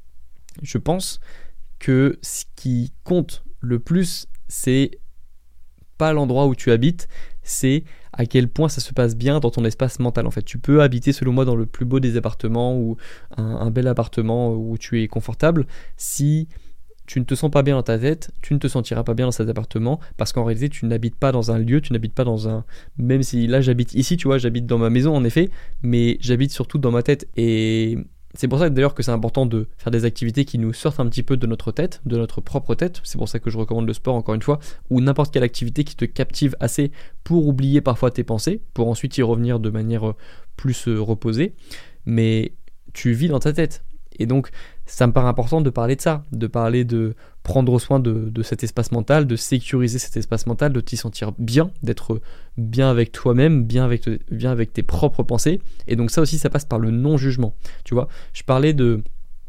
S2: je pense que ce qui compte le plus, c'est pas l'endroit où tu habites, c'est à quel point ça se passe bien dans ton espace mental. En fait, tu peux habiter, selon moi, dans le plus beau des appartements ou un, un bel appartement où tu es confortable. Si tu ne te sens pas bien dans ta tête, tu ne te sentiras pas bien dans cet appartement, parce qu'en réalité tu n'habites pas dans un lieu, tu n'habites pas dans un... Même si là j'habite ici, tu vois, j'habite dans ma maison en effet, mais j'habite surtout dans ma tête. Et c'est pour ça d'ailleurs que c'est important de faire des activités qui nous sortent un petit peu de notre tête, de notre propre tête. C'est pour ça que je recommande le sport encore une fois, ou n'importe quelle activité qui te captive assez pour oublier parfois tes pensées, pour ensuite y revenir de manière plus reposée. Mais tu vis dans ta tête. Et donc, ça me paraît important de parler de ça, de parler de prendre soin de, de cet espace mental, de sécuriser cet espace mental, de t'y sentir bien, d'être bien avec toi-même, bien avec, bien avec tes propres pensées. Et donc ça aussi, ça passe par le non-jugement. Tu vois, je parlais de,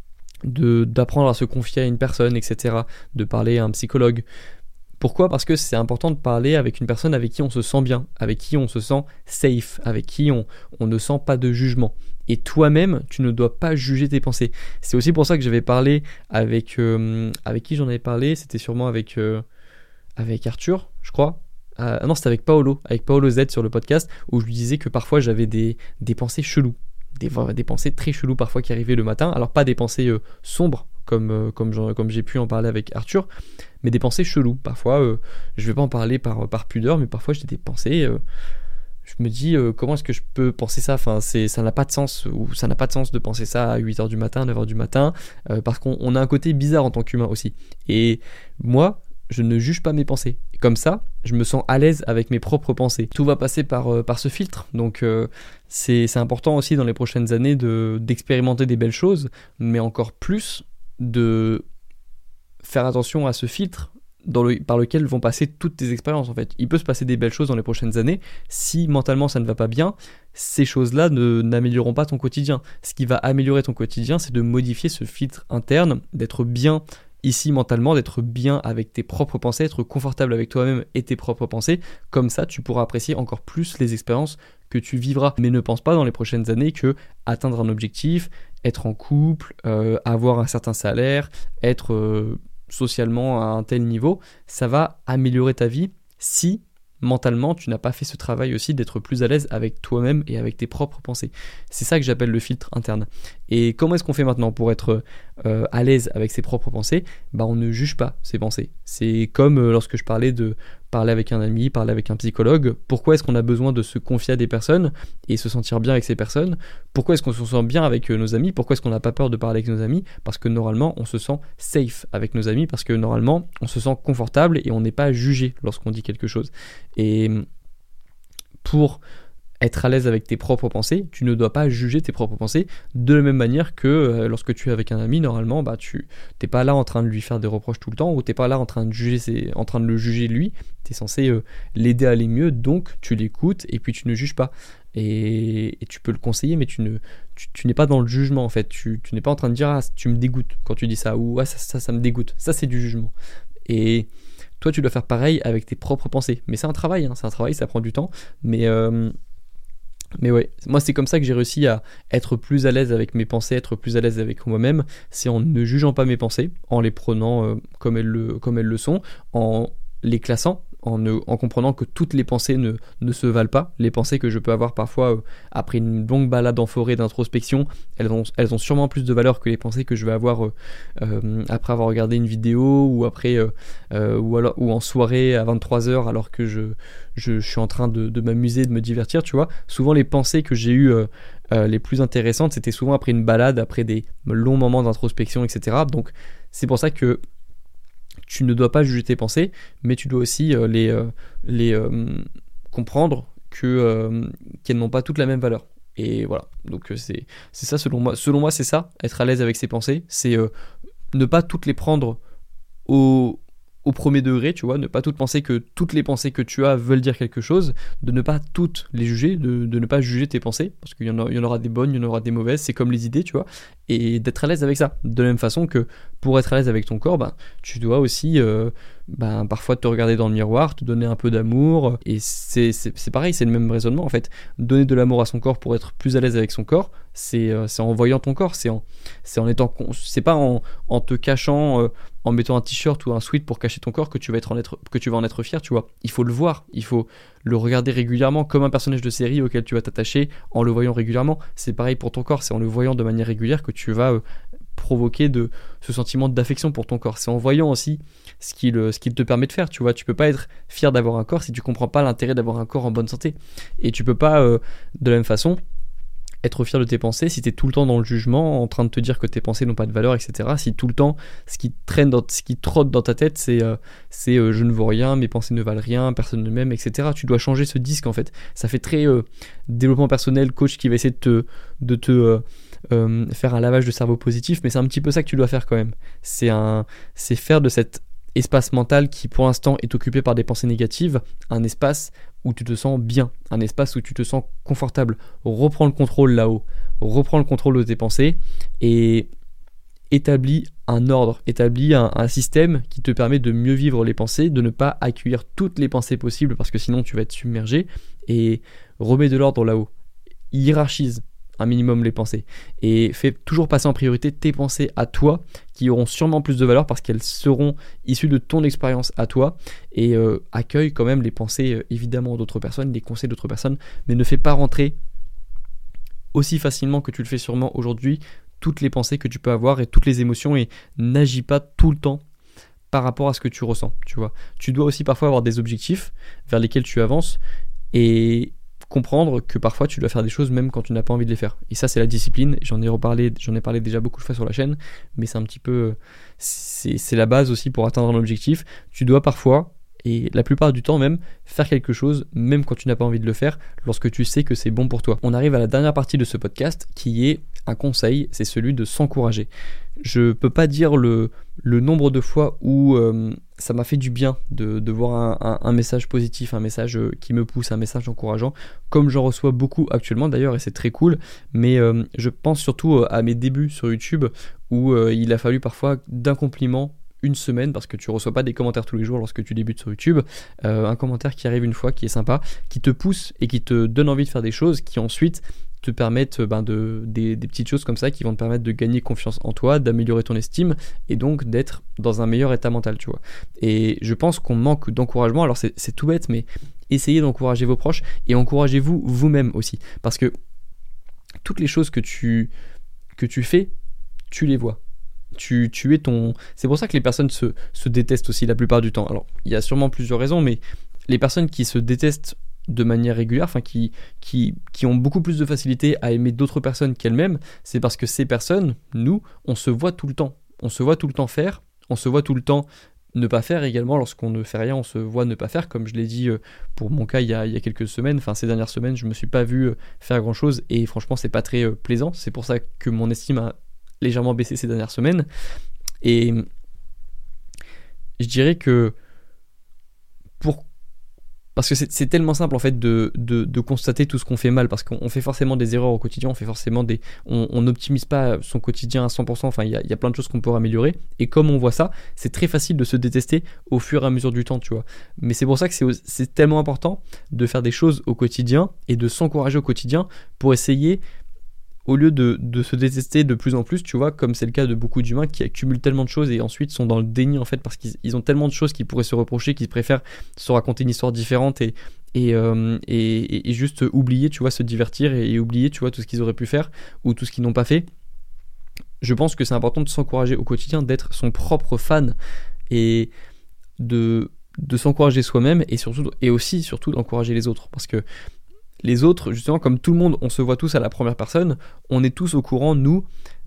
S2: de, d'apprendre à se confier à une personne, et cetera, de parler à un psychologue. Pourquoi ? Parce que c'est important de parler avec une personne avec qui on se sent bien, avec qui on se sent safe, avec qui on, on ne sent pas de jugement. Et toi-même, tu ne dois pas juger tes pensées. C'est aussi pour ça que j'avais parlé avec... Euh, avec qui j'en avais parlé ? C'était sûrement avec, euh, avec Arthur, je crois. Ah non, c'était avec Paolo, avec Paolo Z sur le podcast, où je lui disais que parfois j'avais des, des pensées cheloues. Des, des pensées très cheloues parfois qui arrivaient le matin. Alors pas des pensées euh, sombres, comme, euh, comme, comme j'ai pu en parler avec Arthur, mais des pensées cheloues. Parfois, euh, je ne vais pas en parler par, par pudeur, mais parfois j'ai des pensées... Euh, je me dis euh, comment est-ce que je peux penser ça, enfin, c'est, ça n'a pas de sens, ou ça n'a pas de sens de penser ça à huit heures du matin, neuf heures du matin, euh, parce qu'on on a un côté bizarre en tant qu'humain aussi. Et moi, je ne juge pas mes pensées. Et comme ça, je me sens à l'aise avec mes propres pensées. Tout va passer par, euh, par ce filtre, donc euh, c'est, c'est important aussi dans les prochaines années de, d'expérimenter des belles choses, mais encore plus de faire attention à ce filtre Dans le, par lequel vont passer toutes tes expériences en fait. Il peut se passer des belles choses dans les prochaines années. Si mentalement ça ne va pas bien, ces choses-là ne, n'amélioreront pas ton quotidien. Ce qui va améliorer ton quotidien, c'est de modifier ce filtre interne, d'être bien ici mentalement, d'être bien avec tes propres pensées, être confortable avec toi-même et tes propres pensées. Comme ça, tu pourras apprécier encore plus les expériences que tu vivras. Mais ne pense pas dans les prochaines années que atteindre un objectif, être en couple, euh, avoir un certain salaire, être... Euh, socialement à un tel niveau, ça va améliorer ta vie si mentalement tu n'as pas fait ce travail aussi d'être plus à l'aise avec toi-même et avec tes propres pensées. C'est ça que j'appelle le filtre interne. Et comment est-ce qu'on fait maintenant pour être euh, à l'aise avec ses propres pensées ? Bah, on ne juge pas ses pensées. C'est comme euh, lorsque je parlais de parler avec un ami, parler avec un psychologue. Pourquoi est-ce qu'on a besoin de se confier à des personnes et se sentir bien avec ces personnes ? Pourquoi est-ce qu'on se sent bien avec nos amis ? Pourquoi est-ce qu'on n'a pas peur de parler avec nos amis ? Parce que normalement, on se sent safe avec nos amis, parce que normalement, on se sent confortable et on n'est pas jugé lorsqu'on dit quelque chose. Et pour être à l'aise avec tes propres pensées, tu ne dois pas juger tes propres pensées de la même manière que euh, lorsque tu es avec un ami, normalement, bah, tu n'es pas là en train de lui faire des reproches tout le temps, ou tu n'es pas là en train de, juger ses, en train de le juger lui, tu es censé euh, l'aider à aller mieux, donc tu l'écoutes et puis tu ne juges pas. Et, et tu peux le conseiller, mais tu, ne, tu, tu n'es pas dans le jugement en fait, tu, tu n'es pas en train de dire « Ah, tu me dégoûtes » quand tu dis ça, ou « Ah, ça, ça, ça me dégoûte », ça c'est du jugement. Et toi tu dois faire pareil avec tes propres pensées, mais c'est un travail, hein, c'est un travail, ça prend du temps, mais... Euh, Mais ouais, moi c'est comme ça que j'ai réussi à être plus à l'aise avec mes pensées, être plus à l'aise avec moi-même, c'est en ne jugeant pas mes pensées, en les prenant euh, comme, elles le, comme elles le sont, en les classant, en, ne, en comprenant que toutes les pensées ne, ne se valent pas. Les pensées que je peux avoir parfois euh, après une longue balade en forêt d'introspection, elles ont, elles ont sûrement plus de valeur que les pensées que je vais avoir euh, euh, après avoir regardé une vidéo ou, après, euh, euh, ou, alors, ou en soirée à vingt-trois heures alors que je, je, je suis en train de, de m'amuser, de me divertir, tu vois. Souvent les pensées que j'ai eues euh, euh, les plus intéressantes, c'était souvent après une balade, après des longs moments d'introspection, et cetera. Donc c'est pour ça que tu ne dois pas juger tes pensées, mais tu dois aussi euh, les, euh, les euh, comprendre que, euh, qu'elles n'ont pas toutes la même valeur. Et voilà, donc euh, c'est, c'est ça selon moi. Selon moi, c'est ça, être à l'aise avec ses pensées, c'est euh, ne pas toutes les prendre au, au premier degré, tu vois, ne pas toutes penser que toutes les pensées que tu as veulent dire quelque chose, de ne pas toutes les juger, de, de ne pas juger tes pensées, parce qu'il y en, a, il y en aura des bonnes, il y en aura des mauvaises, c'est comme les idées, tu vois, et d'être à l'aise avec ça. De la même façon que pour être à l'aise avec ton corps, ben, tu dois aussi euh, ben, parfois te regarder dans le miroir, te donner un peu d'amour, et c'est, c'est, c'est pareil, c'est le même raisonnement en fait. Donner de l'amour à son corps pour être plus à l'aise avec son corps, c'est, euh, c'est en voyant ton corps, c'est en, c'est en étant, c'est pas en, en te cachant, euh, en mettant un t-shirt ou un sweat pour cacher ton corps que tu vas être en être, que tu vas en être fier, tu vois. Il faut le voir, il faut le regarder régulièrement comme un personnage de série auquel tu vas t'attacher en le voyant régulièrement. C'est pareil pour ton corps, c'est en le voyant de manière régulière que tu vas euh, provoquer de, ce sentiment d'affection pour ton corps. C'est en voyant aussi ce qu'il, ce qu'il te permet de faire, tu vois. Tu peux pas être fier d'avoir un corps si tu comprends pas l'intérêt d'avoir un corps en bonne santé. Et tu peux pas, euh, de la même façon, être fier de tes pensées si tu es tout le temps dans le jugement, en train de te dire que tes pensées n'ont pas de valeur, et cetera. Si tout le temps, ce qui traîne, dans, ce qui trotte dans ta tête, c'est, euh, c'est euh, je ne vaux rien, mes pensées ne valent rien, personne ne m'aime, et cetera. Tu dois changer ce disque en fait. Ça fait très euh, développement personnel, coach qui va essayer de te, de te euh, euh, faire un lavage de cerveau positif, mais c'est un petit peu ça que tu dois faire quand même. C'est, un, c'est faire de cet espace mental qui pour l'instant est occupé par des pensées négatives, un espace où tu te sens bien, un espace où tu te sens confortable. Reprends le contrôle là-haut, reprends le contrôle de tes pensées et établis un ordre, établis un, un système qui te permet de mieux vivre les pensées, de ne pas accueillir toutes les pensées possibles parce que sinon tu vas être submergé, et remets de l'ordre là-haut. Hiérarchise un minimum les pensées et fais toujours passer en priorité tes pensées à toi qui auront sûrement plus de valeur parce qu'elles seront issues de ton expérience à toi, et euh, accueille quand même les pensées euh, évidemment d'autres personnes, les conseils d'autres personnes, mais ne fais pas rentrer aussi facilement que tu le fais sûrement aujourd'hui toutes les pensées que tu peux avoir et toutes les émotions, et n'agis pas tout le temps par rapport à ce que tu ressens, tu vois. Tu dois aussi parfois avoir des objectifs vers lesquels tu avances et comprendre que parfois tu dois faire des choses même quand tu n'as pas envie de les faire. Et ça, c'est la discipline. J'en ai reparlé, j'en ai parlé déjà beaucoup de fois sur la chaîne, mais c'est un petit peu, c'est, c'est la base aussi pour atteindre un objectif. Tu dois parfois, et la plupart du temps même, faire quelque chose même quand tu n'as pas envie de le faire, lorsque tu sais que c'est bon pour toi. On arrive à la dernière partie de ce podcast qui est un conseil, c'est celui de s'encourager. Je peux pas dire le, le nombre de fois où euh, ça m'a fait du bien de, de voir un, un, un message positif, un message qui me pousse, un message encourageant, comme j'en reçois beaucoup actuellement d'ailleurs, et c'est très cool, mais euh, je pense surtout à mes débuts sur YouTube où euh, il a fallu parfois d'un compliment une semaine, parce que tu reçois pas des commentaires tous les jours lorsque tu débutes sur YouTube, euh, un commentaire qui arrive une fois, qui est sympa, qui te pousse et qui te donne envie de faire des choses qui ensuite te permettent ben, de, des, des petites choses comme ça qui vont te permettre de gagner confiance en toi, d'améliorer ton estime et donc d'être dans un meilleur état mental, tu vois. Et je pense qu'on manque d'encouragement. Alors c'est, c'est tout bête, mais essayez d'encourager vos proches et encouragez-vous vous-même aussi, parce que toutes les choses que tu, que tu fais, tu les vois. Tu, tu es ton... C'est pour ça que les personnes se, se détestent aussi la plupart du temps. Alors, il y a sûrement plusieurs raisons, mais les personnes qui se détestent de manière régulière, enfin qui, qui, qui ont beaucoup plus de facilité à aimer d'autres personnes qu'elles-mêmes, c'est parce que ces personnes, nous, on se voit tout le temps. On se voit tout le temps faire, on se voit tout le temps ne pas faire également. Lorsqu'on ne fait rien, on se voit ne pas faire, comme je l'ai dit pour mon cas il y a, il y a quelques semaines, enfin ces dernières semaines, je me suis pas vu faire grand chose et franchement c'est pas très plaisant. C'est pour ça que mon estime a légèrement baissé ces dernières semaines, et je dirais que pour parce que c'est, c'est tellement simple en fait de, de, de constater tout ce qu'on fait mal, parce qu'on fait forcément des erreurs au quotidien, on fait forcément des, on n'optimise pas son quotidien à cent pour cent, enfin il y a, y a plein de choses qu'on peut améliorer, et comme on voit ça, c'est très facile de se détester au fur et à mesure du temps, tu vois. Mais c'est pour ça que c'est, c'est tellement important de faire des choses au quotidien et de s'encourager au quotidien pour essayer au lieu de, de se détester de plus en plus, tu vois, comme c'est le cas de beaucoup d'humains qui accumulent tellement de choses et ensuite sont dans le déni en fait parce qu'ils ils ont tellement de choses qu'ils pourraient se reprocher qu'ils préfèrent se raconter une histoire différente et, et, euh, et, et juste oublier, tu vois, se divertir et, et oublier, tu vois, tout ce qu'ils auraient pu faire ou tout ce qu'ils n'ont pas fait. Je pense que c'est important de s'encourager au quotidien, d'être son propre fan et de, de s'encourager soi-même et, surtout, et aussi surtout d'encourager les autres parce que les autres, justement, comme tout le monde, on se voit tous à la première personne, on est tous au courant, nous,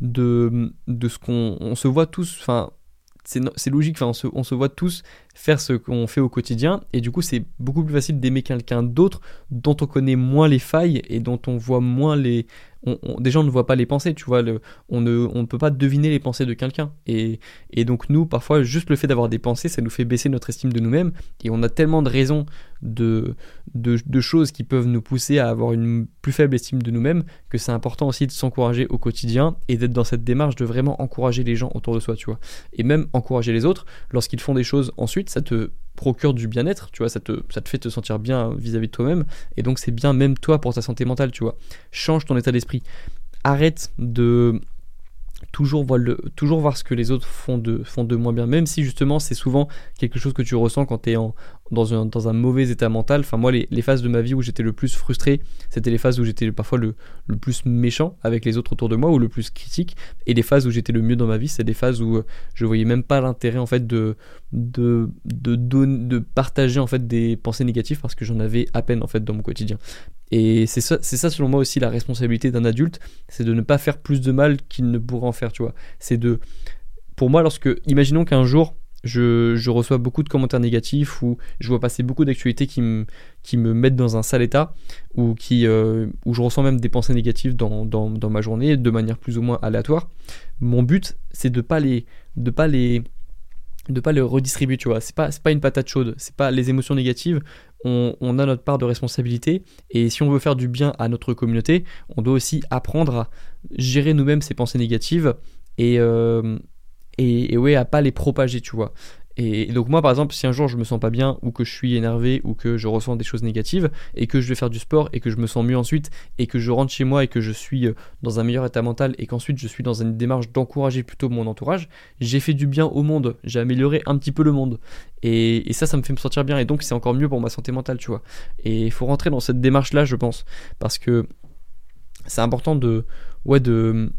S2: de, de ce qu'on... On se voit tous, enfin, c'est, c'est logique, enfin, on se, on se voit tous faire ce qu'on fait au quotidien, et du coup, c'est beaucoup plus facile d'aimer quelqu'un d'autre dont on connaît moins les failles et dont on voit moins les... On, on, déjà on ne voit pas les pensées, tu vois, le, on ne on ne peut pas deviner les pensées de quelqu'un et, et donc nous parfois juste le fait d'avoir des pensées ça nous fait baisser notre estime de nous-mêmes et on a tellement de raisons de, de, de choses qui peuvent nous pousser à avoir une plus faible estime de nous-mêmes que c'est important aussi de s'encourager au quotidien et d'être dans cette démarche de vraiment encourager les gens autour de soi, tu vois, et même encourager les autres lorsqu'ils font des choses ensuite ça te procure du bien-être, tu vois, ça te, ça te fait te sentir bien vis-à-vis de toi-même et donc c'est bien même toi pour ta santé mentale, tu vois. Change ton état d'esprit, arrête de toujours voir, le, toujours voir ce que les autres font de, font de moins bien, même si justement c'est souvent quelque chose que tu ressens quand tu es en, dans, un, dans un mauvais état mental. Enfin moi les, les phases de ma vie où j'étais le plus frustré, c'était les phases où j'étais parfois le, le plus méchant avec les autres autour de moi ou le plus critique, et les phases où j'étais le mieux dans ma vie, c'est des phases où je voyais même pas l'intérêt en fait de, de, de, de, de partager en fait des pensées négatives parce que j'en avais à peine en fait dans mon quotidien. Et c'est ça, c'est ça selon moi aussi la responsabilité d'un adulte, c'est de ne pas faire plus de mal qu'il ne pourrait en faire, tu vois. C'est de, pour moi, lorsque, imaginons qu'un jour je, je reçois beaucoup de commentaires négatifs ou je vois passer beaucoup d'actualités qui me, qui me mettent dans un sale état ou qui, euh, où je ressens même des pensées négatives dans, dans, dans ma journée de manière plus ou moins aléatoire. Mon but, c'est de pas les, de pas les, de pas les redistribuer, tu vois. C'est pas, c'est pas une patate chaude, c'est pas les émotions négatives. On, on a notre part de responsabilité et si on veut faire du bien à notre communauté, on doit aussi apprendre à gérer nous-mêmes ces pensées négatives et, euh, et, et ouais, à pas les propager, tu vois. Et, et donc moi par exemple, si un jour je me sens pas bien ou que je suis énervé ou que je ressens des choses négatives et que je vais faire du sport et que je me sens mieux ensuite et que je rentre chez moi et que je suis dans un meilleur état mental et qu'ensuite je suis dans une démarche d'encourager plutôt mon entourage, j'ai fait du bien au monde, j'ai amélioré un petit peu le monde. Et, et ça, ça me fait me sentir bien et donc c'est encore mieux pour ma santé mentale, tu vois. Et il faut rentrer dans cette démarche-là, je pense, parce que c'est important de, ouais, de,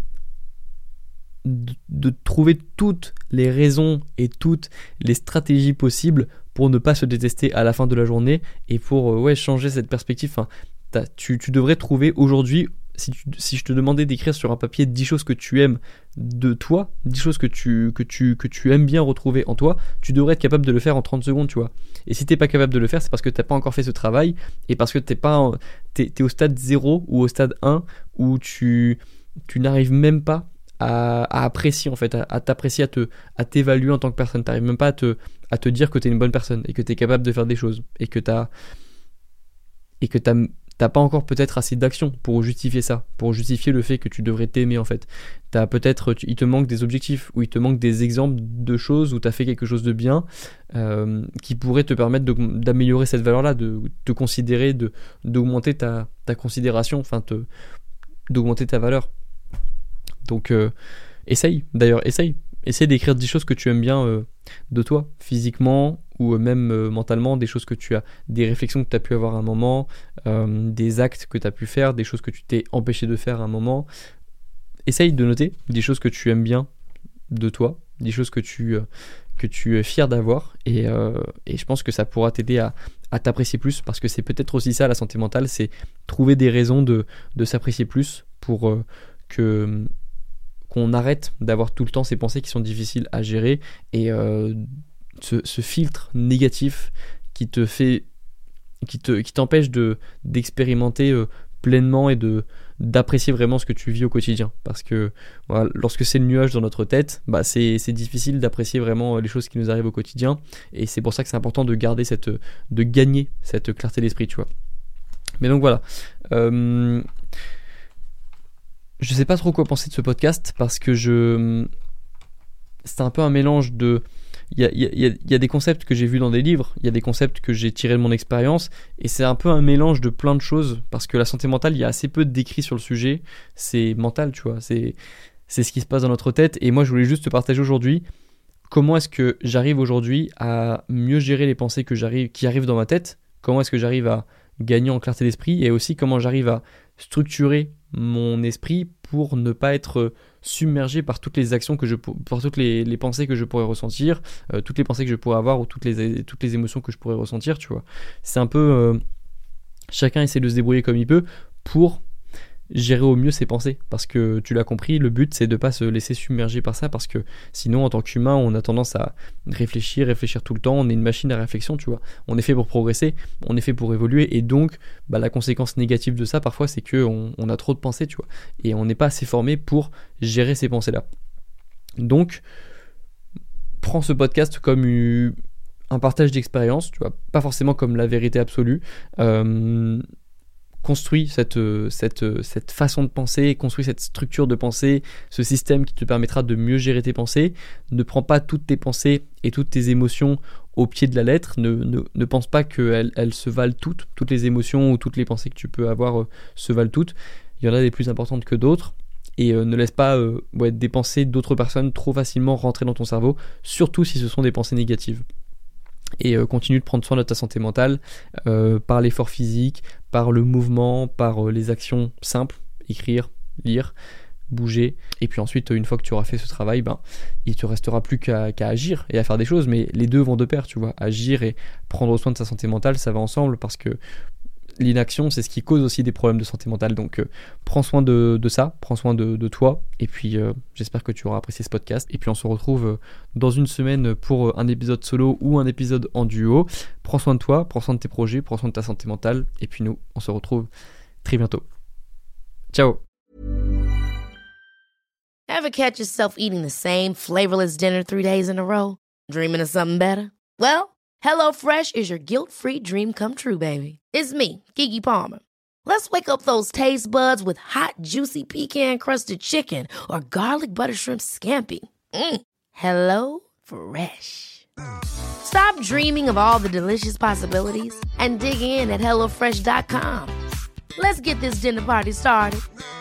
S2: de, de trouver toutes les raisons et toutes les stratégies possibles pour ne pas se détester à la fin de la journée et pour ouais, changer cette perspective. Enfin, tu, tu devrais trouver aujourd'hui, si, tu, si je te demandais d'écrire sur un papier dix choses que tu aimes de toi, dix choses que tu, que, tu, que tu aimes bien retrouver en toi, tu devrais être capable de le faire en trente secondes, tu vois. Et si t'es pas capable de le faire, c'est parce que t'as pas encore fait ce travail et parce que t'es pas en, t'es, t'es au stade zéro ou au stade un où tu, tu n'arrives même pas à, à apprécier en fait, à, à t'apprécier, à, te, à t'évaluer en tant que personne. T'arrives même pas à te, à te dire que t'es une bonne personne et que t'es capable de faire des choses et que t'as et que t'as T'as pas encore peut-être assez d'action pour justifier ça, pour justifier le fait que tu devrais t'aimer en fait. T'as peut-être, tu, il te manque des objectifs, ou il te manque des exemples de choses où t'as fait quelque chose de bien, euh, qui pourraient te permettre de, d'améliorer cette valeur-là, de te considérer, de, d'augmenter ta, ta considération, enfin te, d'augmenter ta valeur. Donc euh, essaye, d'ailleurs essaye. Essaye d'écrire dix choses que tu aimes bien euh, de toi, physiquement ou même euh, mentalement, des choses que tu as, des réflexions que tu as pu avoir à un moment, euh, des actes que tu as pu faire, des choses que tu t'es empêché de faire à un moment. Essaye de noter des choses que tu aimes bien de toi, des choses que tu, euh, que tu es fier d'avoir et, euh, et je pense que ça pourra t'aider à, à t'apprécier plus parce que c'est peut-être aussi ça la santé mentale, c'est trouver des raisons de, de s'apprécier plus pour euh, que... qu'on arrête d'avoir tout le temps ces pensées qui sont difficiles à gérer et euh, ce, ce filtre négatif qui te fait, qui te, qui t'empêche de d'expérimenter euh, pleinement et de d'apprécier vraiment ce que tu vis au quotidien. Parce que voilà, lorsque c'est le nuage dans notre tête, bah c'est c'est difficile d'apprécier vraiment les choses qui nous arrivent au quotidien et c'est pour ça que c'est important de garder cette, de gagner cette clarté d'esprit, tu vois. Mais donc voilà. Euh, Je sais pas trop quoi penser de ce podcast parce que je... c'est un peu un mélange de il y a, y, a, y, a, y a des concepts que j'ai vus dans des livres, il y a des concepts que j'ai tirés de mon expérience, et c'est un peu un mélange de plein de choses, parce que la santé mentale, il y a assez peu d'écrits sur le sujet, c'est mental, tu vois, c'est, c'est ce qui se passe dans notre tête, et moi je voulais juste te partager aujourd'hui comment est-ce que j'arrive aujourd'hui à mieux gérer les pensées que j'arrive, qui arrivent dans ma tête, comment est-ce que j'arrive à gagner en clarté d'esprit, et aussi comment j'arrive à structurer mon esprit pour ne pas être submergé par toutes les actions que je par toutes les, les pensées que je pourrais ressentir, euh, toutes les pensées que je pourrais avoir ou toutes les toutes les émotions que je pourrais ressentir, tu vois. C'est un peu euh, chacun essaie de se débrouiller comme il peut pour gérer au mieux ses pensées, parce que tu l'as compris, le but c'est de pas se laisser submerger par ça, parce que sinon en tant qu'humain on a tendance à réfléchir, réfléchir tout le temps, on est une machine à réflexion, tu vois, on est fait pour progresser, on est fait pour évoluer, et donc bah, la conséquence négative de ça parfois c'est qu'on on a trop de pensées, tu vois, et on n'est pas assez formé pour gérer ces pensées là. Donc prends ce podcast comme une, un partage d'expérience, tu vois, pas forcément comme la vérité absolue. euh, Construis cette, cette, cette façon de penser, construis cette structure de pensée, ce système qui te permettra de mieux gérer tes pensées. Ne prends pas toutes tes pensées et toutes tes émotions au pied de la lettre. Ne, ne, ne pense pas qu'elles elles se valent toutes. Toutes les émotions ou toutes les pensées que tu peux avoir euh, se valent toutes. Il y en a des plus importantes que d'autres. Et euh, ne laisse pas euh, ouais, des pensées d'autres personnes trop facilement rentrer dans ton cerveau, surtout si ce sont des pensées négatives. Et euh, continue de prendre soin de ta santé mentale euh, par l'effort physique, par le mouvement, par euh, les actions simples, écrire, lire, bouger. Et puis ensuite, une fois que tu auras fait ce travail, ben, il te restera plus qu'à, qu'à agir et à faire des choses. Mais les deux vont de pair, tu vois. Agir et prendre soin de sa santé mentale, ça va ensemble, parce que l'inaction, c'est ce qui cause aussi des problèmes de santé mentale. Donc euh, prends soin de, de ça, prends soin de, de toi, et puis euh, j'espère que tu auras apprécié ce podcast, et puis on se retrouve euh, dans une semaine pour euh, un épisode solo ou un épisode en duo. Prends soin de toi, prends soin de tes projets, prends soin de ta santé mentale, et puis nous, on se retrouve très bientôt. Ciao.
S5: Ever catch yourself eating the same flavorless dinner three days in a row? Dreaming of something better? Well, HelloFresh is your guilt-free dream come true, baby. It's me, Keke Palmer. Let's wake up those taste buds with hot, juicy pecan-crusted chicken or garlic butter shrimp scampi. Mm. Hello Fresh. Stop dreaming of all the delicious possibilities and dig in at hello fresh dot com. Let's get this dinner party started.